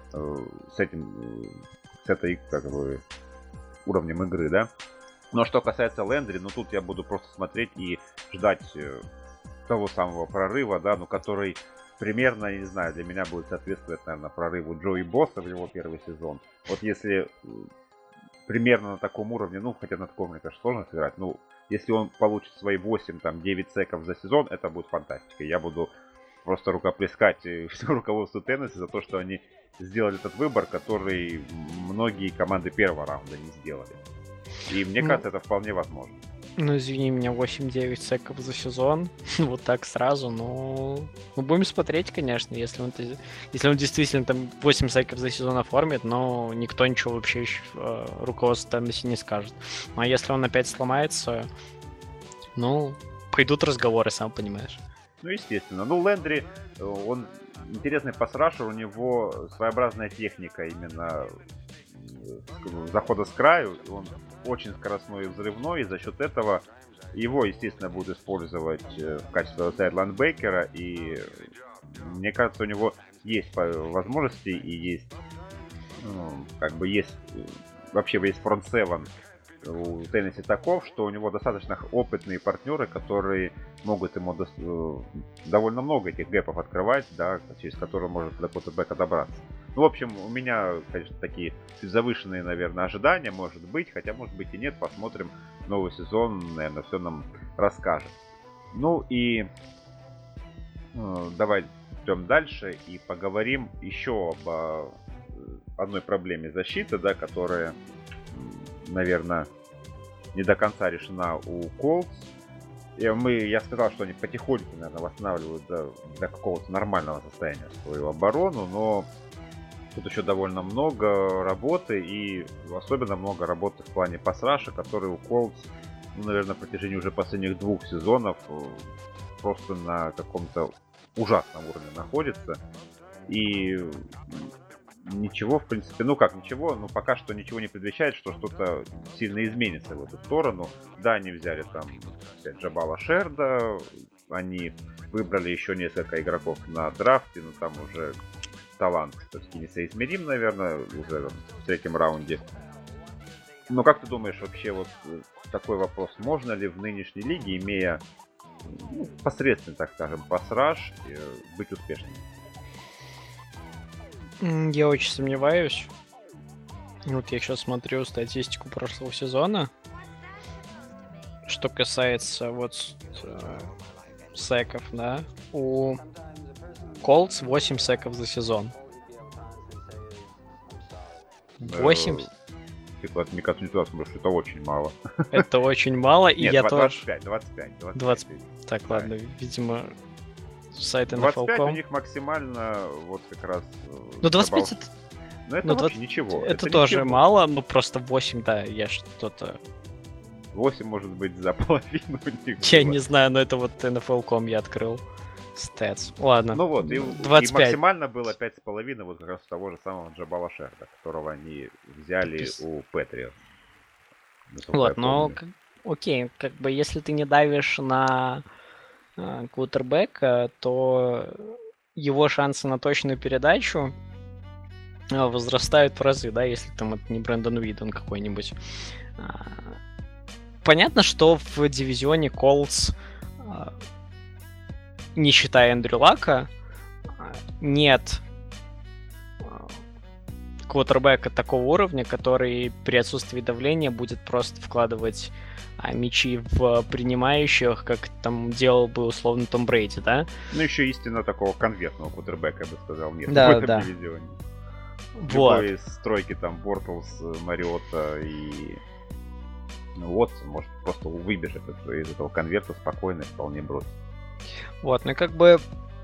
этой, как бы, уровнем игры, да. Но что касается Лендри, ну тут я буду просто смотреть и ждать того самого прорыва, да, ну который примерно, я не знаю, для меня будет соответствовать, наверное, прорыву Джои Босса в его первый сезон. Вот если примерно на таком уровне, ну, хотя на таком, мне кажется, сложно сыграть, ну, если он получит свои 8-9 секов за сезон, это будет фантастика. Я буду просто рукоплескать всему руководству Теннесси за то, что они сделали этот выбор, который многие команды первого раунда не сделали. И мне кажется, это вполне возможно. Ну, извини меня, 8-9 секов за сезон. Вот так сразу, ну, будем смотреть, конечно, если он действительно там 8 секов за сезон оформит, но никто ничего вообще руководству Теннесси не скажет. Ну, а если он опять сломается, ну, пойдут разговоры, сам понимаешь. Ну, естественно. Ну, Лендри, он интересный пасрашер, у него своеобразная техника именно захода с краю, он очень скоростной и взрывной, и за счет этого его, естественно, будут использовать в качестве сайд-лайнбекера, и мне кажется, у него есть возможности и есть, ну, как бы есть, вообще есть фронт-севен у Теннесси таков, что у него достаточно опытные партнеры, которые могут ему довольно много этих гэпов открывать, да, через которые может до квотербека добраться. Ну, в общем, у меня, конечно, такие завышенные, наверное, ожидания, может быть, хотя, может быть, и нет. Посмотрим. Новый сезон, наверное, все нам расскажет. Ну и давай идем дальше и поговорим еще об одной проблеме защиты, да, которая, наверное, не до конца решена у Колтс. Я сказал, что они потихоньку, наверное, восстанавливают до какого-то нормального состояния свою оборону, но тут еще довольно много работы, и особенно много работы в плане пасраша, который у Колтс, ну, наверное, на протяжении уже последних 2 сезонов просто на каком-то ужасном уровне находится. И ничего, в принципе, ну как ничего, но пока что ничего не предвещает, что что-то сильно изменится в эту сторону. Да, они взяли там Джабала Шерда, они выбрали еще несколько игроков на драфте, но там уже талант все-таки несоизмерим, наверное, уже в 3-м раунде. Но как ты думаешь, вообще вот такой вопрос, можно ли в нынешней лиге, имея посредственный, так скажем, пас-раш, быть успешным? Я очень сомневаюсь. Вот я сейчас смотрю статистику прошлого сезона. Что касается вот секов, да, у Колтс 8 секов за сезон. 8? Типа, мне кажется, не туда смотришь, это очень мало. Это очень мало, и нет, я 25, тоже... 25. Так, да. Ладно, видимо, сайт NFL.com. 25 у них максимально, вот как раз... Ну, 25 это... Ну, это вообще ничего. Это тоже ничего. Мало, но просто 8, да, я что-то... 8, может быть, за половину. Я не знаю, но это вот NFL.com я открыл. Stats. Ладно. Ну вот, и 25. И максимально было 5,5 вот как раз того же самого Джабала Шерда, которого они взяли у Патриотс. Вот, но окей, как бы если ты не давишь на квотербека, то его шансы на точную передачу возрастают в разы, да, если там это не Брэндон Уидон какой-нибудь. Понятно, что в дивизионе Колтс, не считая Эндрю Лака, нет квотербека такого уровня, который при отсутствии давления будет просто вкладывать мячи в принимающих, как там делал бы условно Том Брейди, да? Ну, еще истинно такого конвертного квотербека, я бы сказал, нет да, в этом дивизионе. Вот. Любой из стройки там Бортлс, Мариотта и Уотсон может просто выбежать из этого конверта спокойно и вполне бросить. Вот, ну как бы...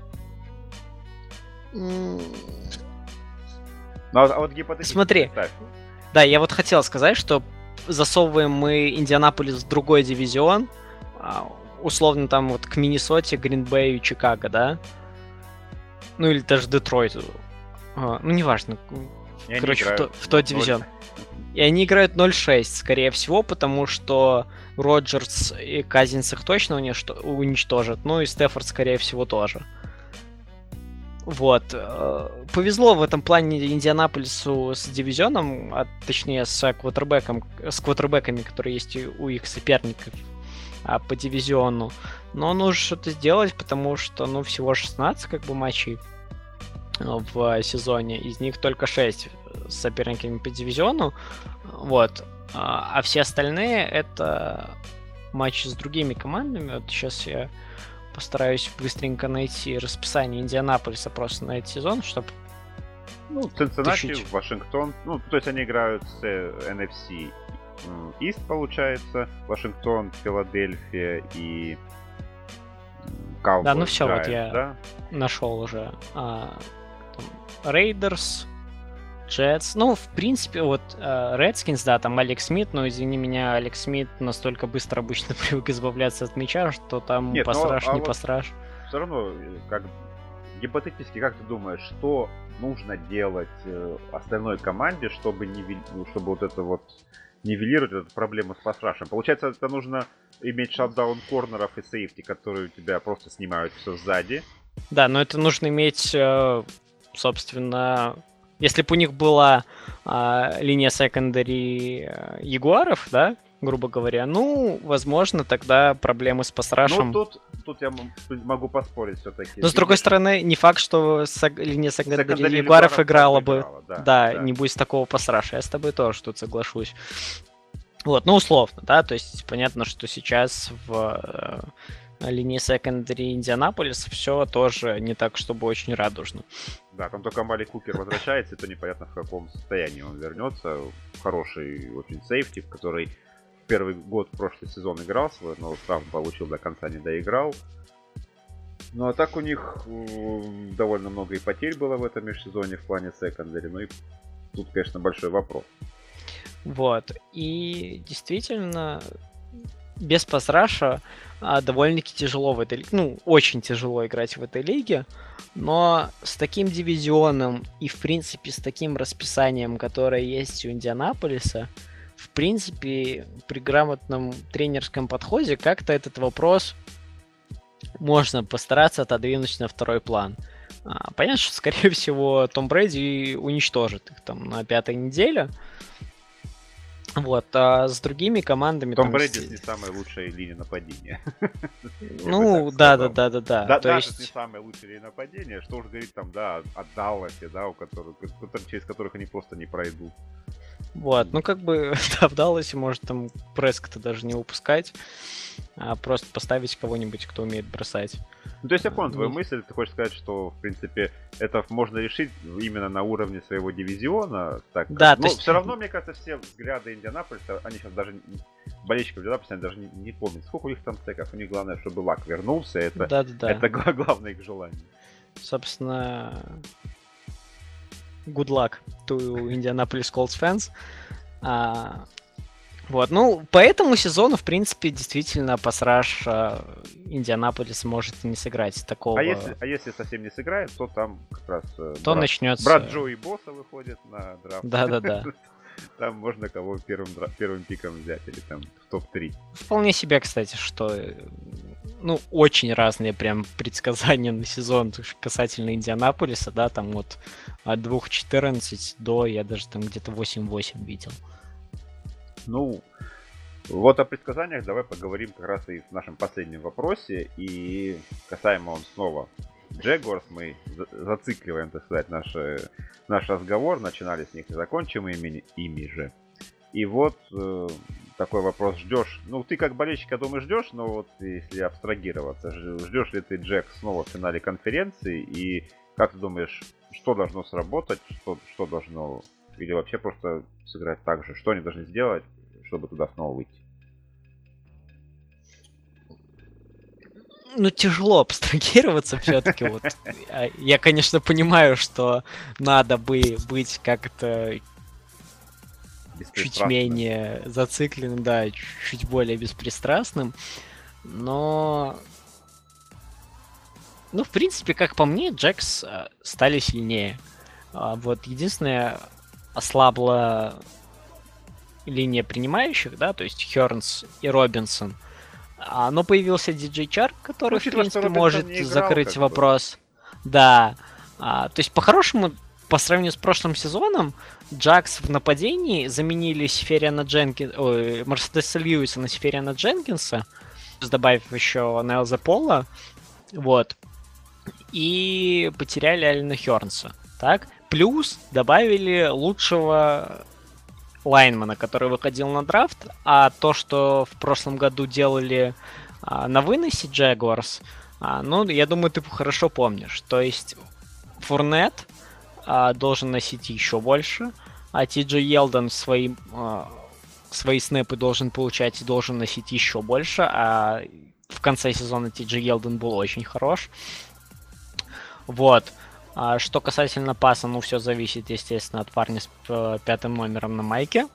Ну, а вот гипотетически Смотри, представь. Да, я вот хотел сказать, что засовываем мы Индианаполис в другой дивизион, условно там вот к Миннесоте, Грин-Бэю, Чикаго, да? Ну или даже Детройту. Ну, неважно. Короче, в тот дивизион. И они играют 0-6, скорее всего, потому что Роджерс и Казинс их точно уничтожат, ну и Стефорд, скорее всего, тоже. Вот. Повезло в этом плане Индианаполису с дивизионом, точнее с квотербеками, которые есть у их соперников по дивизиону. Но нужно что-то сделать, потому что, ну, всего 16 как бы матчей в сезоне, из них только 6 с соперниками по дивизиону, вот. А все остальные это матчи с другими командами. Вот сейчас я постараюсь быстренько найти расписание Индианаполиса просто на этот сезон, чтобы... Ну, Цинциннати, Вашингтон. Ну, то есть они играют с NFC East, получается. Вашингтон, Филадельфия и Cowboys. Да, ну все, Giants, вот я да? нашел уже. Рейдерс, Джетс. Ну, в принципе, вот Redskins, да, там Алекс Смит, но, извини меня, Алекс Смит настолько быстро обычно привык избавляться от мяча, что там Нет, посраж, не вот посраж. Все равно, как гипотетически, как ты думаешь, что нужно делать остальной команде, чтобы вот это вот нивелировать эту проблему с пасрашем? Получается, это нужно иметь шатдаун корнеров и сейфти, которые у тебя просто снимают все сзади. Да, но это нужно иметь, собственно, если бы у них была линия секондари Ягуаров, да, грубо говоря, ну, возможно, тогда проблемы с пасрашем... Ну, тут я могу поспорить все-таки. Но, с другой стороны, не факт, что линия секондари Ягуаров играла бы, да, не будет такого пасраша. Я с тобой тоже тут соглашусь. Вот, ну, условно, да, то есть понятно, что сейчас в линии секондари Индианаполиса все тоже не так, чтобы очень радужно. Да, там только Амали Кукер возвращается, и то непонятно, в каком состоянии он вернется. Хороший очень сейфти, который первый год в прошлый сезон играл свой, но травму получил, до конца не доиграл. Ну, а так у них довольно много и потерь было в этом межсезонье в плане секондари. Ну и тут, конечно, большой вопрос. Вот. И действительно, без пасраша довольно-таки тяжело в этой лиге. Ну, очень тяжело играть в этой лиге. Но с таким дивизионом и, в принципе, с таким расписанием, которое есть у Индианаполиса, в принципе, при грамотном тренерском подходе как-то этот вопрос можно постараться отодвинуть на второй план. Понятно, что, скорее всего, Том Брэди уничтожит их там на 5-й неделе. Вот, а с другими командами... Том Брэди не самая лучшая линия нападения. Ну, да. Даже не самая лучшая линия нападения, что уж говорить там, да, о Далласе, да, через которых они просто не пройдут. Вот, ну как бы, да, в Далласе может там Прескотта даже не выпускать, а просто поставить кого-нибудь, кто умеет бросать. Ну, то есть я понял твою мысль, ты хочешь сказать, что, в принципе, это можно решить именно на уровне своего дивизиона. Так, да, но все равно, мне кажется, все взгляды Индианаполиса, они сейчас даже, болельщиков Индианаполиса, они даже не помнят, сколько у них там стеков. У них главное, чтобы Лак вернулся, это главное их желание. Собственно, good luck to Indianapolis Colts fans. Вот, ну, по этому сезону, в принципе, действительно, пасраж Индианаполис может и не сыграть такого. А если совсем не сыграет, то там как раз начнется... брат Джои Босса выходит на драфт. Да. Там можно кого первым пиком взять, или там в топ-3. Вполне себе, кстати, что ну, очень разные прям предсказания на сезон касательно Индианаполиса, да, там вот от 2-14 до, я даже там где-то 8-8 видел. Ну, вот о предсказаниях давай поговорим как раз и в нашем последнем вопросе. И касаемо он снова Jaguars, мы зацикливаем, так сказать, наш разговор. Начинали с них и закончим ими же. И вот такой вопрос: ждешь? Ну, ты как болельщик, я думаю, ждешь, но вот если абстрагироваться, ждешь ли ты Джек снова в финале конференции? И как ты думаешь, что должно сработать, что должно, или вообще просто сыграть так же? Что они должны сделать, чтобы туда снова выйти? Ну, тяжело абстрагироваться все-таки. Вот. Я, конечно, понимаю, что надо бы быть как-то чуть менее зацикленным, да, чуть более беспристрастным, но... Ну, в принципе, как по мне, Джекс стали сильнее. Вот единственное, ослабла линия принимающих, да, то есть Хёрнс и Робинсон. Но появился Диджей Чарк, который, в принципе, может закрыть вопрос. Да. То есть, по-хорошему, по сравнению с прошлым сезоном, Джакс в нападении заменили Мерседеса Льюиса на Сефериана Дженкинса, добавив еще Найлза Пола, вот, и потеряли Алина Хёрнса, так? Плюс добавили лучшего лайнмана, который выходил на драфт, а то, что в прошлом году делали на выносе Jaguars, ну, я думаю, ты хорошо помнишь. То есть Фурнет должен носить еще больше, а Ти Джей Елдон свои снэпы должен получать и должен носить еще больше, а в конце сезона Ти Джей Елдон был очень хорош. Вот. Что касательно паса, ну, все зависит, естественно, от парня с 5-м номером на майке.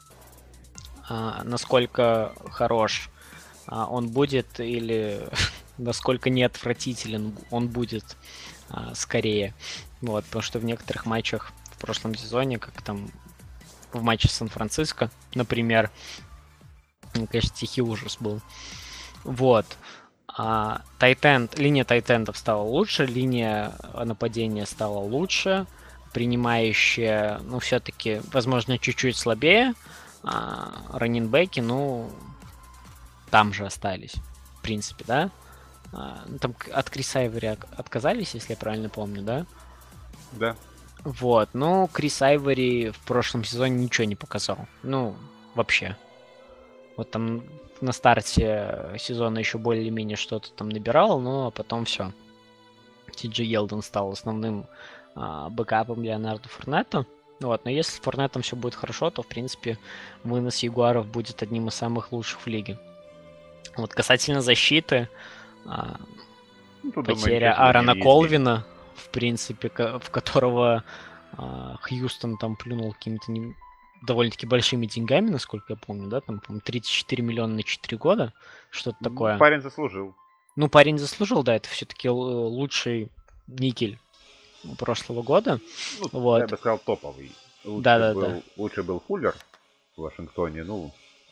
Насколько хорош он будет, или насколько неотвратителен он будет скорее. Вот, потому что в некоторых матчах в прошлом сезоне, как там в матче с Сан-Франциско, например, конечно, тихий ужас был. Вот. Линия тайтендов стала лучше, линия нападения стала лучше, принимающая, ну, все-таки, возможно, чуть-чуть слабее, раннинбеки, ну, там же остались, в принципе, да? Там от Криса Айвори отказались, если я правильно помню, да? Да. Вот, ну, Крис Айвори в прошлом сезоне ничего не показал, ну, вообще. Вот там на старте сезона еще более-менее что-то там набирал, но потом все. Ти Джей Елдон стал основным бэкапом Леонарду Фурнету. Вот, но если с Фурнетом все будет хорошо, то, в принципе, вынос Ягуаров будет одним из самых лучших в лиге. Вот касательно защиты, потеря Аарона Колвина, в принципе, в которого Хьюстон там плюнул какими-то довольно-таки большими деньгами, насколько я помню, да, там, по-моему, 34 миллиона на 4 года, что-то такое. Парень заслужил. Ну, парень заслужил, да, это все-таки лучший никель прошлого года. Ну, вот. Я бы сказал, топовый. Лучше был Фуллер в Вашингтоне, ну...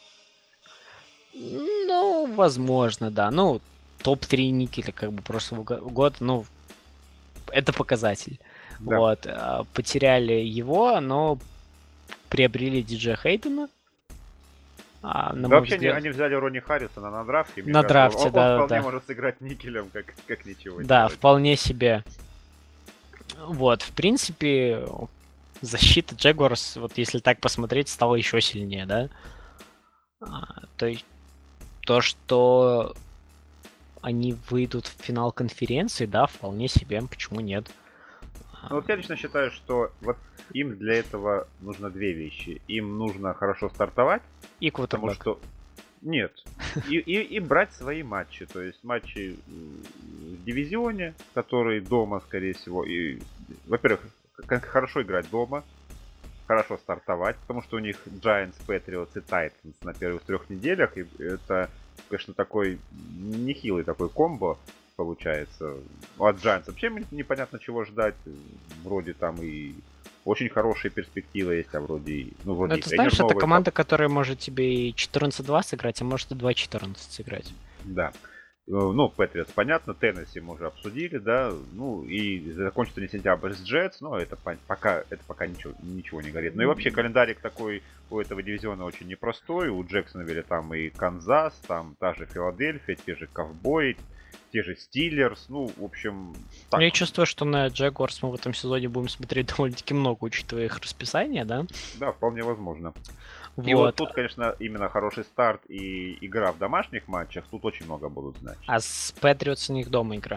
Ну, возможно, да. Ну, топ-3 никеля как бы прошлого года, ну, это показатель. Да. Вот. Потеряли его, но приобрели Диджея Хейдена. Вообще взгляд... они взяли Ронни Харрисона на драфте. На драфте, да. Он вполне может сыграть никелем, как ничего. Да, вполне себе. Вот, в принципе, защита Jaguars, вот если так посмотреть, стала еще сильнее, да? То есть то, что они выйдут в финал конференции, да, вполне себе, почему нет? Ну, вот я лично считаю, что вот им для этого нужно две вещи. Им нужно хорошо стартовать. И квотербэк. Потому что... Нет. И брать свои матчи. То есть матчи в дивизионе, которые дома, скорее всего. И, во-первых, хорошо играть дома. Хорошо стартовать. Потому что у них Giants, Patriots и Titans на первых 3 неделях. И это, конечно, такой нехилый такой комбо получается. От Giants вообще непонятно чего ждать. Вроде там и очень хорошие перспективы есть, а вроде... Ну, вроде это, знаешь, это команда, которая может тебе и 14-2 сыграть, а может и 2-14 сыграть. Да. Ну, Патриотс, понятно, Теннесси мы уже обсудили, да, ну, и закончится не сентябрь с Джетс, но это пока ничего не говорит. Ну и вообще календарик такой у этого дивизиона очень непростой, у Джексонвилля там и Канзас, там та же Филадельфия, те же Ковбои, те же Стиллерс, ну, в общем... Так. Я чувствую, что на Джагуарс мы в этом сезоне будем смотреть довольно-таки много, учитывая их расписание, да? Да, вполне возможно. Вот. И вот тут, конечно, именно хороший старт и игра в домашних матчах, тут очень много будут знать. А с Патриотс у них дома игра?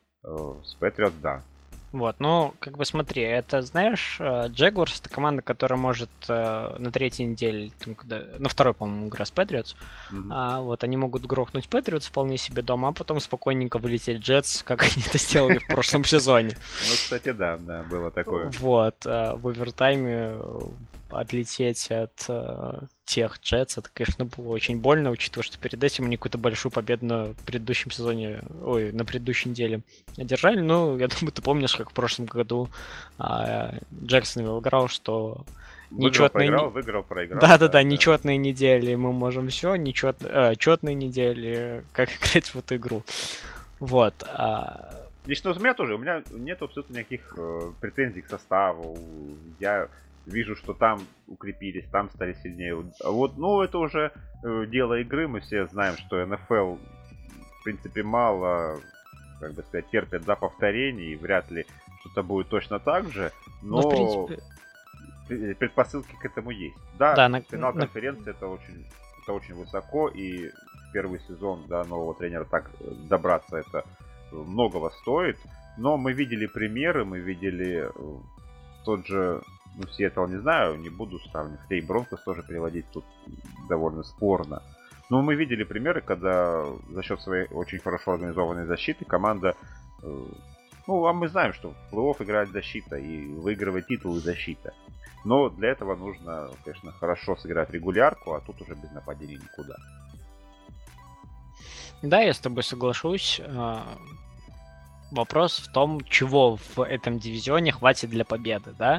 С Патриотс, да. Вот, ну, как бы смотри, это, знаешь, Джагуарс — это команда, которая может на третьей неделе, на второй, по-моему, игра с Патриотс, вот, они могут грохнуть Патриотс вполне себе дома, а потом спокойненько вылететь Джетс, как они это сделали в прошлом сезоне. Ну, кстати, да, было такое. Вот, в овертайме отлететь от тех Джетс, это, конечно, было очень больно, учитывая, что перед этим они какую-то большую победу на предыдущем сезоне, на предыдущей неделе одержали. Ну, я думаю, ты помнишь, как в прошлом году Джексонвилл играл, что выиграл, проиграл. Да, нечетные недели мы можем все, четные недели, как играть в эту игру. Вот. Лично у меня нет абсолютно никаких претензий к составу. Я вижу, что там укрепились, там стали сильнее. Вот, ну, это уже дело игры. Мы все знаем, что НФЛ, в принципе, мало, как бы сказать, терпят за повторений. И вряд ли что-то будет точно так же. Но в принципе... предпосылки к этому есть. Да, финал конференции это очень высоко. И в первый сезон, да, нового тренера так добраться, это многого стоит. Но мы видели примеры, мы видели тот же... Ну, Сиэтл не знаю, не буду сравнивать. Хотя и Бронкос тоже переводить тут довольно спорно. Но мы видели примеры, когда за счет своей очень хорошо организованной защиты команда... Ну, а мы знаем, что в плей-офф играет защита и выигрывает титулы защита. Но для этого нужно, конечно, хорошо сыграть регулярку, а тут уже без нападений никуда. Да, я с тобой соглашусь. Вопрос в том, чего в этом дивизионе хватит для победы, да?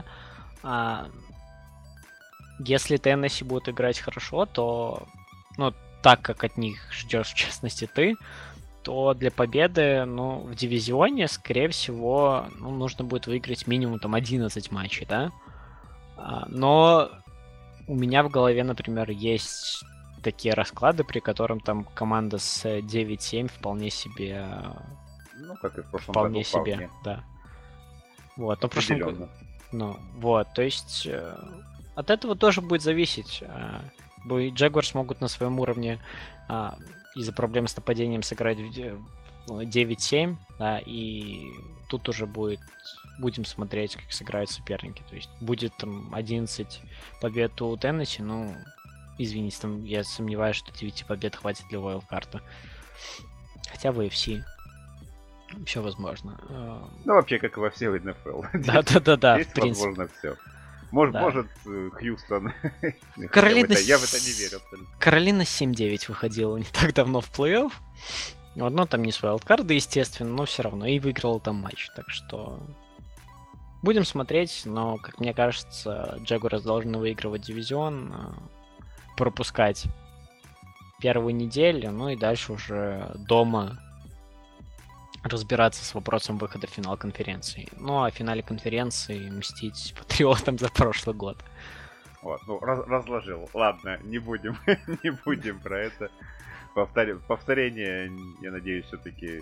Если Теннесси будет играть хорошо, то, ну, так как от них ждешь, в частности, ты, то для победы, ну, в дивизионе, скорее всего, ну, нужно будет выиграть минимум там 11 матчей, да? Но у меня в голове, например, есть такие расклады, при котором там команда с 9-7 вполне себе... Ну, как и в прошлом вполне году. Себе, да. Вот, но в прошлом году... Ну, вот, то есть от этого тоже будет зависеть. Джагуарс могут на своем уровне из-за проблем с нападением сыграть 9-7, да, и тут уже будем смотреть, как сыграют соперники. То есть будет там 11 побед у Теннесси, ну, извините, там я сомневаюсь, что 9 побед хватит для вайлдкарта. Хотя в AFC все возможно. Ну, вообще, как и во всей НФЛ. Да, здесь возможно все. Может, Хьюстон. Каролина... Я в это не верю абсолютно. Каролина 7-9 выходила не так давно в плей-офф. Одно там не с вайлдкарда, естественно, но все равно. И выиграла там матч. Так что будем смотреть, но, как мне кажется, Джагуарс должны выигрывать дивизион, пропускать первую неделю, ну и дальше уже дома разбираться с вопросом выхода в финал конференции. Ну, а в финале конференции мстить патриотам за прошлый год. Вот, ну, разложил. Ладно, не будем про это. Повторение, я надеюсь, все-таки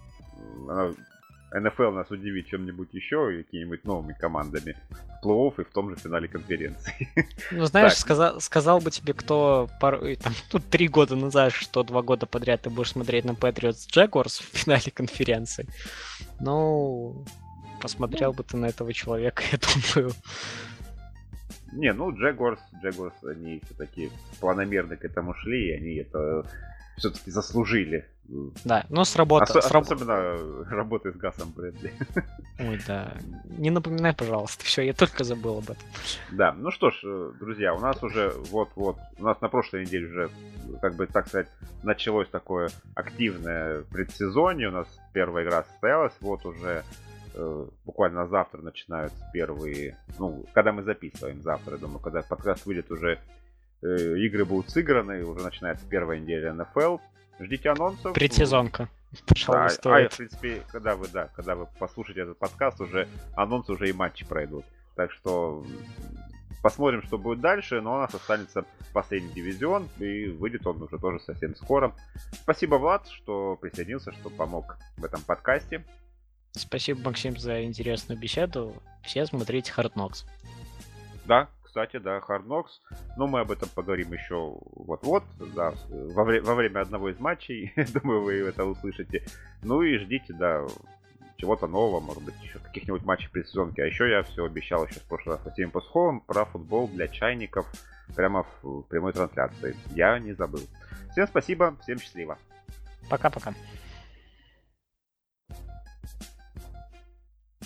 НФЛ нас удивит чем-нибудь еще, какими-нибудь новыми командами в плей-офф и в том же финале конференции. Ну, знаешь, сказал бы тебе кто 3 года назад, что 2 года подряд ты будешь смотреть на Patriots Jaguars в финале конференции. Ну, посмотрел бы ты на этого человека, я думаю. Не, ну, Jaguars, они все-таки планомерно к этому шли, и они это все-таки заслужили. Да, но сработало. Особенно работы с Гасом Брэдли. Ой, да. Не напоминай, пожалуйста. Все, я только забыл об этом. Да, ну что ж, друзья, у нас уже у нас на прошлой неделе уже, как бы так сказать, началось такое активное предсезонье. У нас первая игра состоялась, вот уже буквально завтра начинаются первые, ну, когда мы записываем завтра, я думаю, когда подкаст выйдет, уже игры будут сыграны, уже начинается первая неделя НФЛ. Ждите анонсов. Предсезонка. Пожалуйста. В принципе, когда вы послушаете этот подкаст, уже анонсы уже и матчи пройдут. Так что посмотрим, что будет дальше, но у нас останется последний дивизион, и выйдет он уже тоже совсем скоро. Спасибо, Влад, что присоединился, что помог в этом подкасте. Спасибо, Максим, за интересную беседу. Все смотрите Hard Knocks. Да, кстати, да, Hard Knocks. Но мы об этом поговорим еще вот-вот, да, во время одного из матчей. Думаю, вы это услышите. Ну и ждите, да, чего-то нового, может быть, еще каких-нибудь матчей предсезонки. А еще я все обещал еще в прошлый раз со Стивом Пасховым про футбол для чайников прямо в прямой трансляции. Я не забыл. Всем спасибо, всем счастливо. Пока-пока.